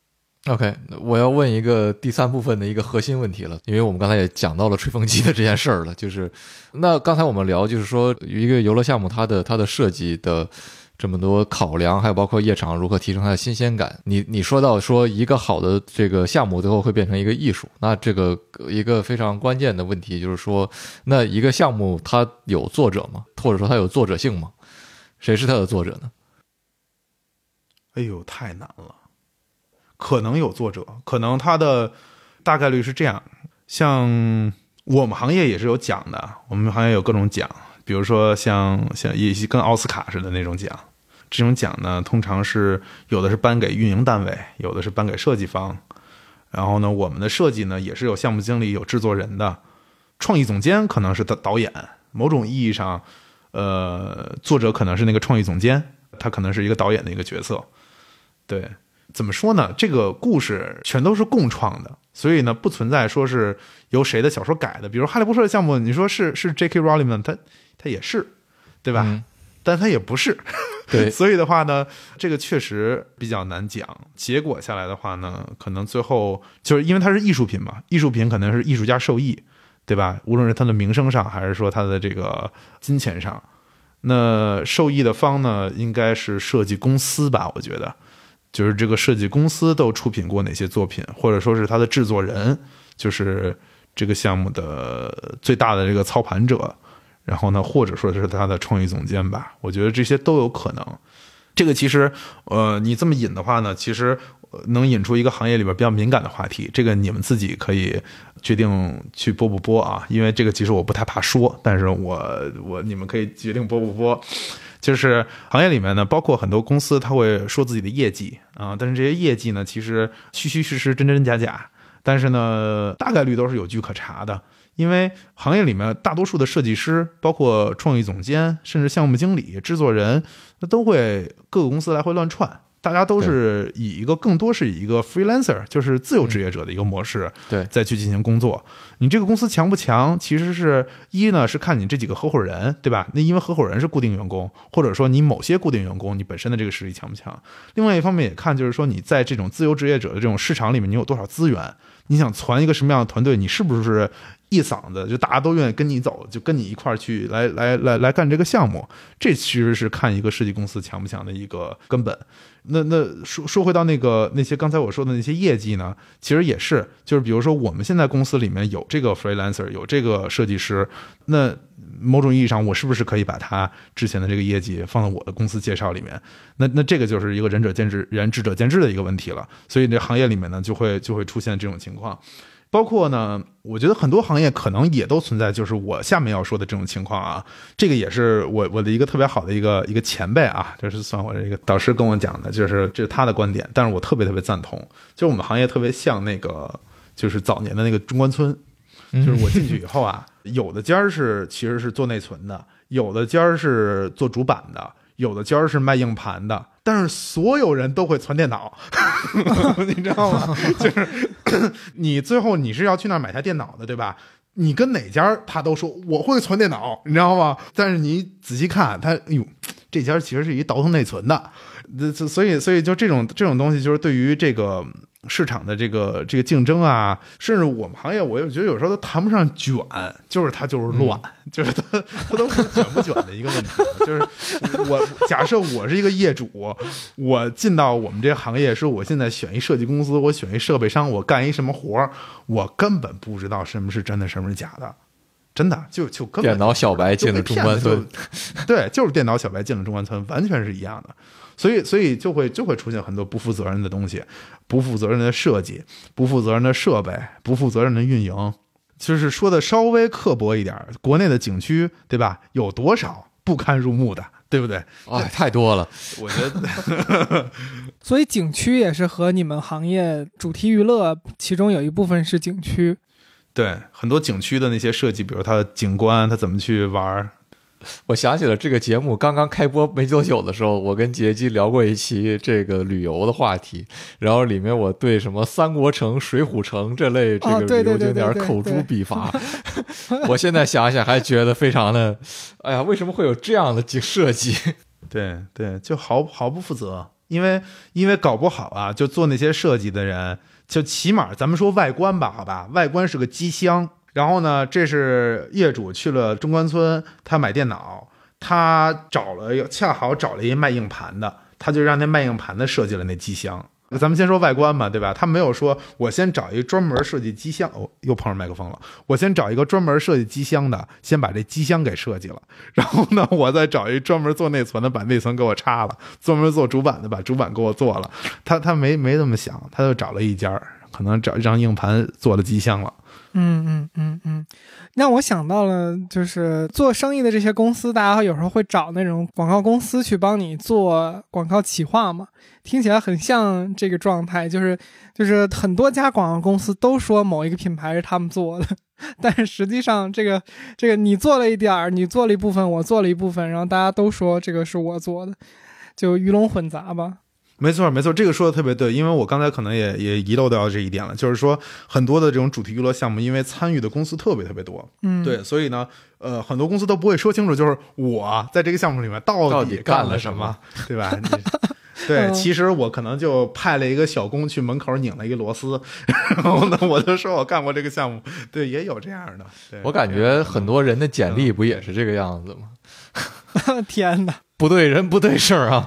，OK， 我要问一个第三部分的一个核心问题了，因为我们刚才也讲到了吹风机的这件事儿了，就是那刚才我们聊就是说一个游乐项目它的它的设计的这么多考量，还有包括夜场如何提升它的新鲜感。你你说到说一个好的这个项目最后会变成一个艺术，那这个一个非常关键的问题就是说，那一个项目它有作者吗？或者说它有作者性吗？谁是它的作者呢？ 哎呦，太难了。可能有作者，可能它的大概率是这样，像我们行业也是有奖的，我们行业有各种奖，比如说像像也跟奥斯卡似的那种奖， 这种奖呢，通常是有的是颁给运营单位，有的是颁给设计方。然后呢，我们的设计呢也是有项目经理、有制作人的，创意总监可能是导导演，某种意义上，呃，作者可能是那个创意总监，他可能是一个导演的一个角色。对，怎么说呢？这个故事全都是共创的，所以呢，不存在说是由谁的小说改的。比如《哈利波特》的项目，你说是是 J K Rowling 吗？他他也是，对吧？嗯，但他也不是。 对， 所以的话呢，这个确实比较难讲。结果下来的话呢，可能最后就是因为它是艺术品嘛，艺术品可能是艺术家受益，对吧？无论是他的名声上，还是说他的这个金钱上，那受益的方呢，应该是设计公司吧？我觉得，就是这个设计公司都出品过哪些作品，或者说是他的制作人，就是这个项目的最大的这个操盘者。然后呢，或者说是他的创意总监吧，我觉得这些都有可能。这个其实，呃，你这么引的话呢，其实能引出一个行业里边比较敏感的话题。这个你们自己可以决定去播不播啊，因为这个其实我不太怕说，但是我我你们可以决定播不播。就是行业里面呢，包括很多公司，他会说自己的业绩啊，但是这些业绩呢，其实虚虚实实、真真假假，但是呢，大概率都是有据可查的。因为行业里面大多数的设计师，包括创意总监，甚至项目经理、制作人，那都会各个公司来回乱窜。大家都是以一个更多是以一个 freelancer， 就是自由职业者的一个模式， 对， 再去进行工作。你这个公司强不强，其实是一呢是看你这几个合伙人，对吧？那因为合伙人是固定员工，或者说你某些固定员工，你本身的这个实力强不强。另外一方面也看就是说你在这种自由职业者的这种市场里面，你有多少资源。你想攒一个什么样的团队，你是不是一嗓子就大家都愿意跟你走，就跟你一块儿去来来来来干这个项目？这其实是看一个设计公司强不强的一个根本。那那说说回到那个那些刚才我说的那些业绩呢，其实也是，就是比如说我们现在公司里面有这个 freelancer， 有这个设计师，那某种意义上我是不是可以把他之前的这个业绩放到我的公司介绍里面？那那这个就是一个仁者见智，仁智者见智的一个问题了。所以这行业里面呢，就会就会出现这种情况。包括呢，我觉得很多行业可能也都存在，就是我下面要说的这种情况啊。这个也是我我的一个特别好的一个一个前辈啊，就是算我这个导师跟我讲的，就是这是他的观点，但是我特别特别赞同。就是我们行业特别像那个，就是早年的那个中关村，就是我进去以后啊，有的家是其实是做内存的，有的家是做主板的，有的家是卖硬盘的，但是所有人都会传电脑，你知道吗？就是你最后你是要去那儿买台电脑的，对吧？你跟哪家他都说我会传电脑，你知道吗？但是你仔细看他，哎呦，这家其实是一倒腾内存的，所以所以就这种这种东西，就是对于这个市场的这个这个竞争啊，甚至我们行业，我也觉得有时候都谈不上卷，就是它就是乱，嗯、就是它它都是卷不卷的一个问题。就是我假设我是一个业主，我进到我们这个行业，说我现在选一设计公司，我选一设备商，我干一什么活，我根本不知道什么是真的，什么是假的。真的就就根本电脑小白进了中关村， 对，就是电脑小白进了中关村，完全是一样的。所以，所以就会就会出现很多不负责任的东西，不负责任的设计，不负责任的设备，不负责任的运营。就是说的稍微刻薄一点，国内的景区，对吧？有多少不堪入目的，对不对？ 哎，太多了， 我觉得。 所以景区也是和你们行业主题娱乐，其中有一部分是景区。 对，很多景区的那些设计，比如它的景观，它怎么去玩。 我想起了这个节目刚刚开播没多久的时候，我跟杰基聊过一期这个旅游的话题，然后里面我对什么三国城、水浒城这类这个旅游景点口诛笔伐。我现在想想还觉得非常的，哎呀，为什么会有这样的设计？ 对对，就毫毫不负责，因为因为搞不好啊，就做那些设计的人，就起码咱们说外观吧，好吧，外观是个机箱。然后呢，这是业主去了中关村，他买电脑，他找了恰好找了一卖硬盘的，他就让那卖硬盘的设计了那机箱。咱们先说外观嘛，对吧？他没有说我先找一个专门设计机箱，哦，又碰上麦克风了。我先找一个专门设计机箱的，先把这机箱给设计了，然后呢，我再找一专门做内存的，把内存给我插了，专门做主板的，把主板给我做了。他他没没这么想，他就找了一家可能找一张硬盘做的迹象了。 嗯嗯嗯嗯，让我想到了，就是做生意的这些公司，大家有时候会找那种广告公司去帮你做广告企划嘛，听起来很像这个状态，就是就是很多家广告公司都说某一个品牌是他们做的，但是实际上这个这个你做了一点儿，你做了一部分，我做了一部分，然后大家都说这个是我做的，就鱼龙混杂吧。 没错没错，这个说的特别对，因为我刚才可能也也遗漏掉这一点了，就是说很多的这种主题娱乐项目，因为参与的公司特别特别多， 嗯， 对，所以呢，呃，很多公司都不会说清楚，就是我在这个项目里面到底干了什么，对吧？对，其实我可能就派了一个小工去门口拧了一个螺丝，然后呢，我就说我干过这个项目，对，也有这样的。对， 我感觉很多人的简历不也是这个样子吗？ 天哪！ 不对人不对事儿啊。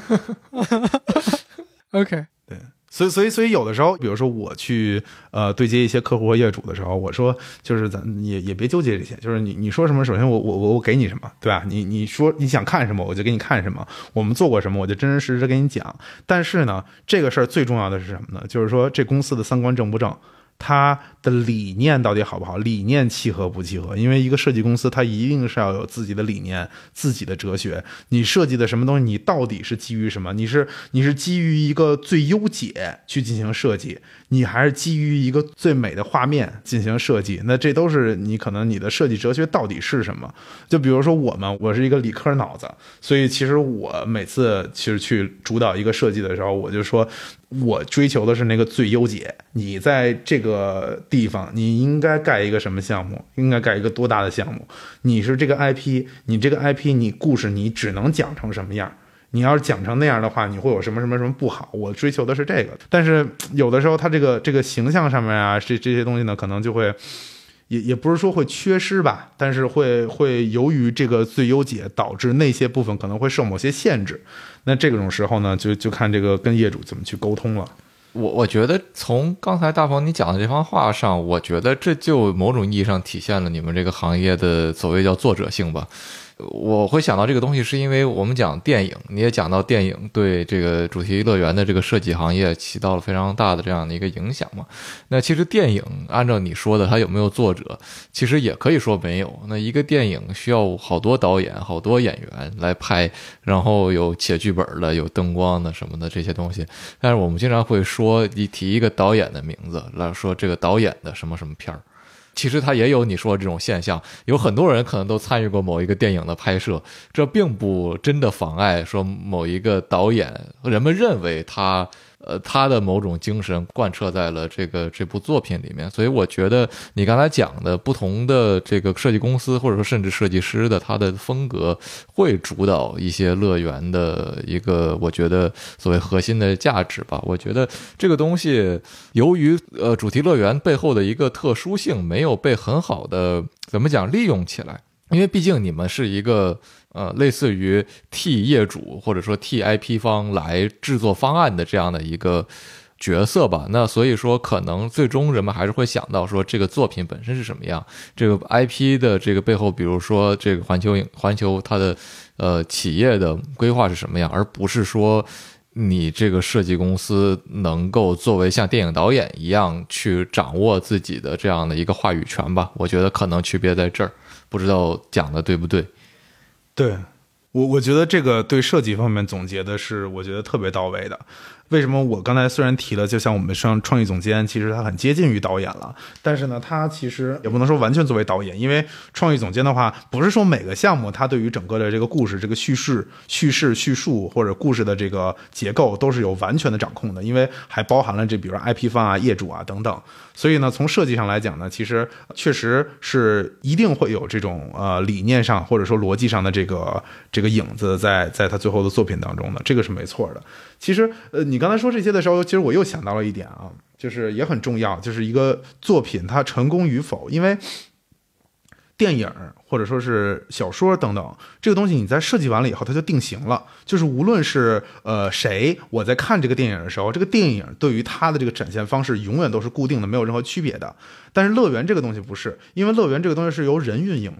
OK， 对，所以所以所以有的时候，比如说我去呃对接一些客户和业主的时候，我说就是咱也也别纠结这些，就是你你说什么，首先我我我我给你什么，对吧？你你说你想看什么，我就给你看什么。我们做过什么，我就真真实实给你讲。但是呢，这个事儿最重要的是什么呢？就是说这公司的三观正不正。它的理念到底好不好？理念契合不契合？因为一个设计公司，它一定是要有自己的理念、自己的哲学。你设计的什么东西，你到底是基于什么？你是你是基于一个最优解去进行设计，你还是基于一个最美的画面进行设计？那这都是你可能你的设计哲学到底是什么？就比如说我们，我是一个理科脑子，所以其实我每次其实去主导一个设计的时候，我就说。我追求的是那个最优解，你在这个地方你应该盖一个什么项目，应该盖一个多大的项目，你是这个 I P， 你这个 I P 你故事你只能讲成什么样，你要是讲成那样的话，你会有什么什么什么不好，我追求的是这个。但是有的时候它这个这个形象上面啊，这这些东西呢，可能就会也也不是说会缺失吧，但是会会由于这个最优解导致那些部分可能会受某些限制。那这种时候呢，就就看这个跟业主怎么去沟通了。 我我觉得从刚才大鹏你讲的这番话上，我觉得这就某种意义上体现了你们这个行业的所谓叫作者性吧。我会想到这个东西是因为我们讲电影，你也讲到电影对这个主题乐园的这个设计行业起到了非常大的这样的一个影响嘛。那其实电影按照你说的它有没有作者，其实也可以说没有。那一个电影需要好多导演好多演员来拍，然后有写剧本的有灯光的什么的这些东西，但是我们经常会说你提一个导演的名字来说这个导演的什么什么片儿，其实它也有你说的这种现象，有很多人可能都参与过某一个电影的拍摄，这并不真的妨碍说某一个导演人们认为他呃他的某种精神贯彻在了这个这部作品里面。所以我觉得你刚才讲的不同的这个设计公司或者说甚至设计师的他的风格会主导一些乐园的一个我觉得所谓核心的价值吧。我觉得这个东西由于呃主题乐园背后的一个特殊性没有被很好的怎么讲利用起来，因为毕竟你们是一个呃，类似于替业主或者说替 I P 方来制作方案的这样的一个角色吧。那所以说可能最终人们还是会想到说这个作品本身是什么样，这个 I P 的这个背后比如说这个环球环球它的呃企业的规划是什么样，而不是说你这个设计公司能够作为像电影导演一样去掌握自己的这样的一个话语权吧。我觉得可能区别在这儿，不知道讲的对不对。 对，我我觉得这个对设计方面总结的是我觉得特别到位的。为什么我刚才虽然提了就像我们上创意总监其实他很接近于导演了，但是呢他其实也不能说完全作为导演，因为创意总监的话不是说每个项目他对于整个的这个故事这个叙事叙事叙述或者故事的这个结构都是有完全的掌控的，因为还包含了这比如说 I P 方啊业主啊等等。所以呢从设计上来讲呢，其实确实是一定会有这种呃理念上或者说逻辑上的这个这个影子在在他最后的作品当中的，这个是没错的。其实呃你刚才说这些的时候，其实我又想到了一点啊，就是也很重要，就是一个作品它成功与否。因为电影或者说是小说等等这个东西你在设计完了以后它就定型了，就是无论是呃谁我在看这个电影的时候，这个电影对于它的这个展现方式永远都是固定的，没有任何区别的。但是乐园这个东西不是，因为乐园这个东西是由人运营的，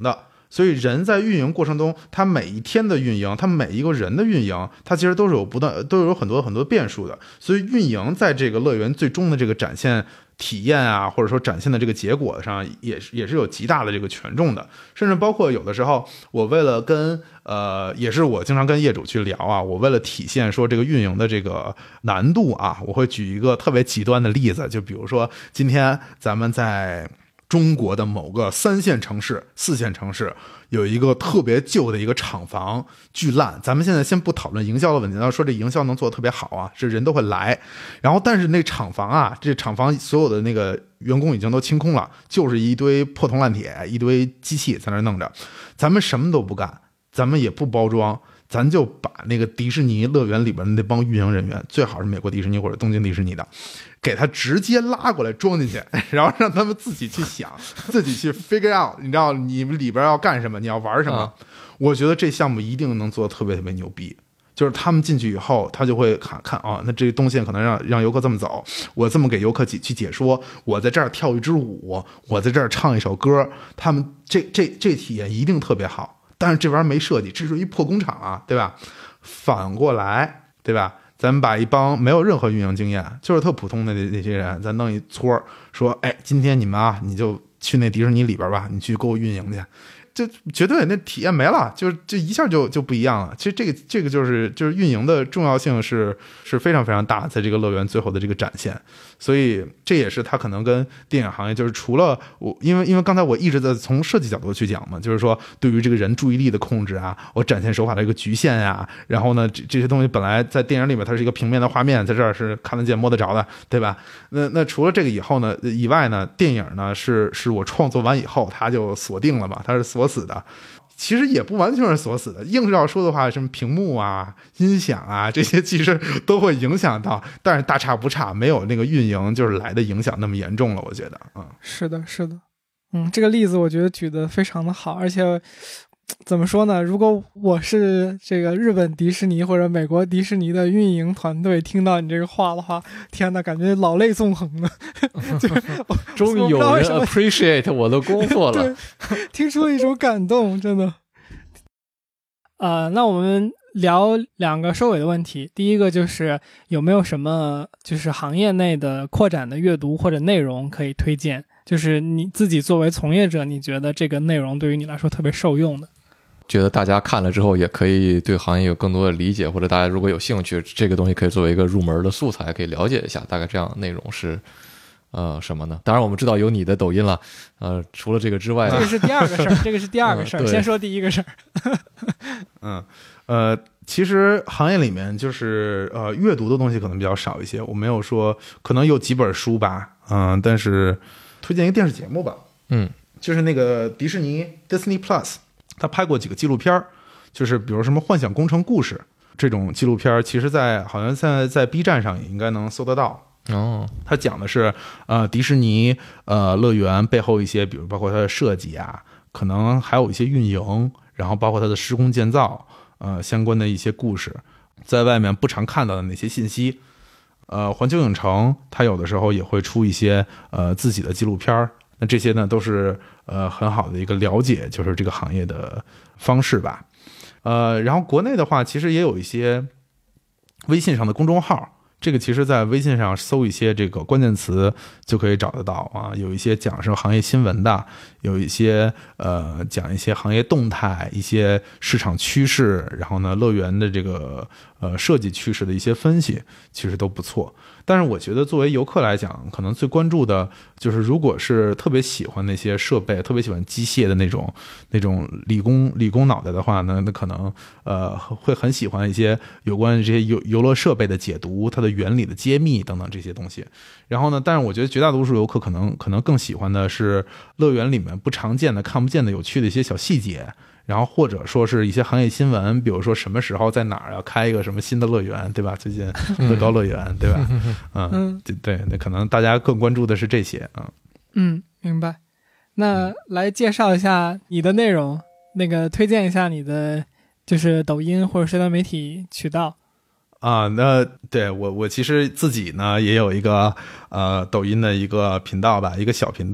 所以人在运营过程中，他每一天的运营，他每一个人的运营，他其实都是有不断都有很多很多变数的。所以运营在这个乐园最终的这个展现体验啊，或者说展现的这个结果上，也是也是有极大的这个权重的。甚至包括有的时候，我为了跟呃，也是我经常跟业主去聊啊，我为了体现说这个运营的这个难度啊，我会举一个特别极端的例子，就比如说今天咱们在中国的某个三线城市、四线城市有一个特别旧的一个厂房，巨烂。咱们现在先不讨论营销的问题，要说这营销能做得特别好啊，这人都会来。然后，但是那厂房啊，这厂房所有的那个员工已经都清空了，就是一堆破铜烂铁，一堆机器在那弄着。咱们什么都不干，咱们也不包装。咱就把那个迪士尼乐园里边的那帮运营人员，最好是美国迪士尼或者东京迪士尼的，给他直接拉过来装进去，然后让他们自己去想，自己去 figure out， 你知道你们里边要干什么，你要玩什么。啊、我觉得这项目一定能做得特别特别牛逼。就是他们进去以后，他就会看看啊，那这动线可能让让游客这么走，我这么给游客去解说，我在这儿跳一支舞，我在这儿唱一首歌，他们这这这体验一定特别好。但是这玩意儿没设计，这是一破工厂啊，对吧？反过来，对吧？咱们把一帮没有任何运营经验，就是特普通的那那些人，咱弄一撮，说，哎，今天你们啊，你就去那迪士尼里边吧，你去给我运营去，就绝对那体验没了，就就一下就就不一样了。其实这个这个就是就是运营的重要性是是非常非常大，在这个乐园最后的这个展现。所以这也是它可能跟电影行业，就是除了我，因为因为刚才我一直在从设计角度去讲嘛，就是说对于这个人注意力的控制啊，我展现手法的一个局限呀、啊，然后呢这这些东西本来在电影里面它是一个平面的画面，在这儿是看得见摸得着的，对吧？那那除了这个以后呢以外呢，电影呢是是我创作完以后它就锁定了嘛，它是锁死的。其实也不完全是锁死的，硬是要说的话，什么屏幕啊、音响啊这些其实都会影响到，但是大差不差，没有那个运营就是来的影响那么严重了，我觉得。嗯， 是的，是的，嗯，这个例子我觉得举得非常的好，而且怎么说呢？如果我是这个日本迪士尼或者美国迪士尼的运营团队，听到你这个话的话，天哪，感觉老泪纵横的。 终于有人 appreciate 我的工作了， 听出了一种感动，真的。呃，那我们聊两个收尾的问题。第一个就是有没有什么就是行业内的扩展的阅读或者内容可以推荐？就是你自己作为从业者，你觉得这个内容对于你来说特别受用的？ 觉得大家看了之后也可以对行业有更多的理解，或者大家如果有兴趣，这个东西可以作为一个入门的素材，可以了解一下大概这样的内容是呃什么呢？当然我们知道有你的抖音了，呃，除了这个之外， 这个是第二个事儿，这个是第二个事儿、嗯，先说第一个事儿。 嗯，呃，其实行业里面就是呃阅读的东西可能比较少一些，我没有说可能有几本书吧，嗯、呃，但是推荐一个电视节目吧， 嗯， 就是那个迪士尼 Disney Plus。他拍过几个纪录片，就是比如什么幻想工程故事这种纪录片，其实在好像现在在 B 站上也应该能搜得到。 哦， 他讲的是呃迪士尼呃乐园背后一些，比如包括它的设计啊，可能还有一些运营，然后包括它的施工建造呃相关的一些故事，在外面不常看到的那些信息。呃，环球影城它有的时候也会出一些呃自己的纪录片，那这些呢都是呃很好的一个了解就是这个行业的方式吧。呃，然后国内的话其实也有一些微信上的公众号，这个其实在微信上搜一些这个关键词就可以找得到啊，有一些讲什么行业新闻的，有一些呃讲一些行业动态，一些市场趋势，然后呢乐园的这个呃设计趋势的一些分析，其实都不错。但是我觉得作为游客来讲，可能最关注的就是如果是特别喜欢那些设备，特别喜欢机械的那种那种理工理工脑袋的话呢，那可能呃会很喜欢一些有关这些游游乐设备的解读，它的原理的揭秘等等这些东西。然后呢，但是我觉得绝大多数游客可能可能更喜欢的是乐园里面不常见的、看不见的、有趣的一些小细节。然后或者说是一些行业新闻，比如说什么时候在哪儿要开一个什么新的乐园，对吧？最近乐高乐园，对吧？嗯，对对，那可能大家更关注的是这些啊。 嗯，明白。那来介绍一下你的内容，那个推荐一下你的就是抖音或者社交媒体渠道。 啊，那对我我其实自己呢也有一个呃抖音的一个频道吧，一个小频道。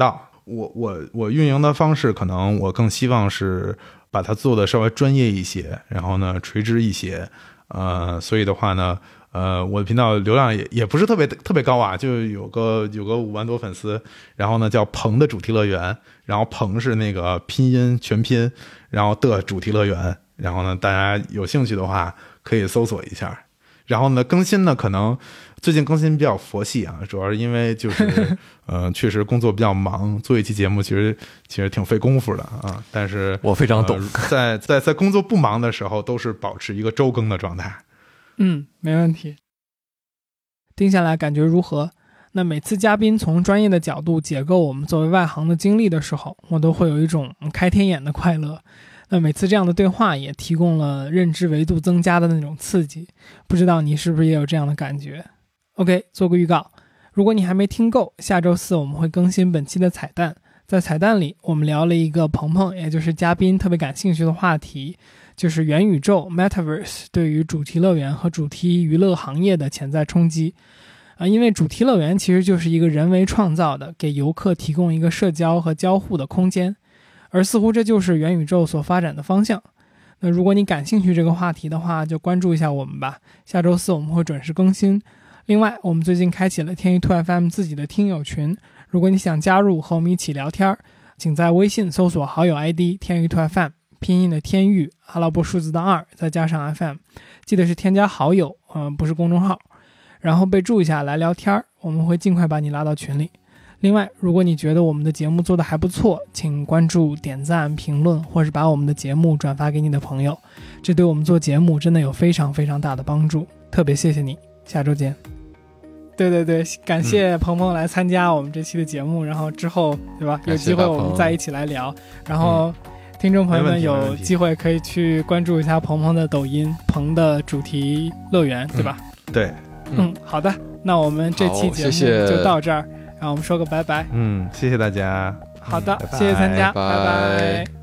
我我我运营的方式，可能我更希望是把它做的稍微专业一些，然后呢垂直一些，呃，所以的话呢。呃，我的频道流量也也不是特别特别高啊，就有个有个五万多粉丝，然后呢叫鹏的主题乐园，然后鹏是那个拼音全拼，然后的主题乐园，然后呢大家有兴趣的话可以搜索一下，然后呢更新呢可能最近更新比较佛系啊，主要是因为就是呃确实工作比较忙，做一期节目其实其实挺费功夫的啊，但是我非常懂， 呃、在在在工作不忙的时候都是保持一个周更的状态。 嗯，没问题。听下来感觉如何？那每次嘉宾从专业的角度解构我们作为外行的经历的时候，我都会有一种开天眼的快乐。那每次这样的对话也提供了认知维度增加的那种刺激，不知道你是不是也有这样的感觉？ OK， 做个预告，如果你还没听够，下周四我们会更新本期的彩蛋。在彩蛋里我们聊了一个鹏鹏也就是嘉宾特别感兴趣的话题，就是元宇宙 Metaverse 对于主题乐园和主题娱乐行业的潜在冲击。啊，因为主题乐园其实就是一个人为创造的，给游客提供一个社交和交互的空间，而似乎这就是元宇宙所发展的方向。那如果你感兴趣这个话题的话，就关注一下我们吧。下周四我们会准时更新。另外，我们最近开启了天娱 two F M 自己的听友群，如果你想加入和我们一起聊天，请在微信搜索好友 I D 天娱 two F M， 拼音的天娱，阿拉伯数字的二，再加上 F M， 记得是添加好友，呃，不是公众号。然后备注一下来聊天，我们会尽快把你拉到群里。另外，如果你觉得我们的节目做得还不错，请关注、点赞、评论，或是把我们的节目转发给你的朋友，这对我们做节目真的有非常非常大的帮助，特别谢谢你。下周见。对对对，感谢鹏鹏来参加我们这期的节目，嗯、然后之后对吧，有机会我们再一起来聊。然后、嗯、听众朋友们有机会可以去关注一下鹏鹏的抖音，鹏的主题乐园，对吧？ 嗯、对。 嗯，好的，那我们这期节目就到这儿，然后我们说个拜拜。 嗯，谢谢大家。 好的， 嗯、 谢谢参加， 拜拜。 拜拜。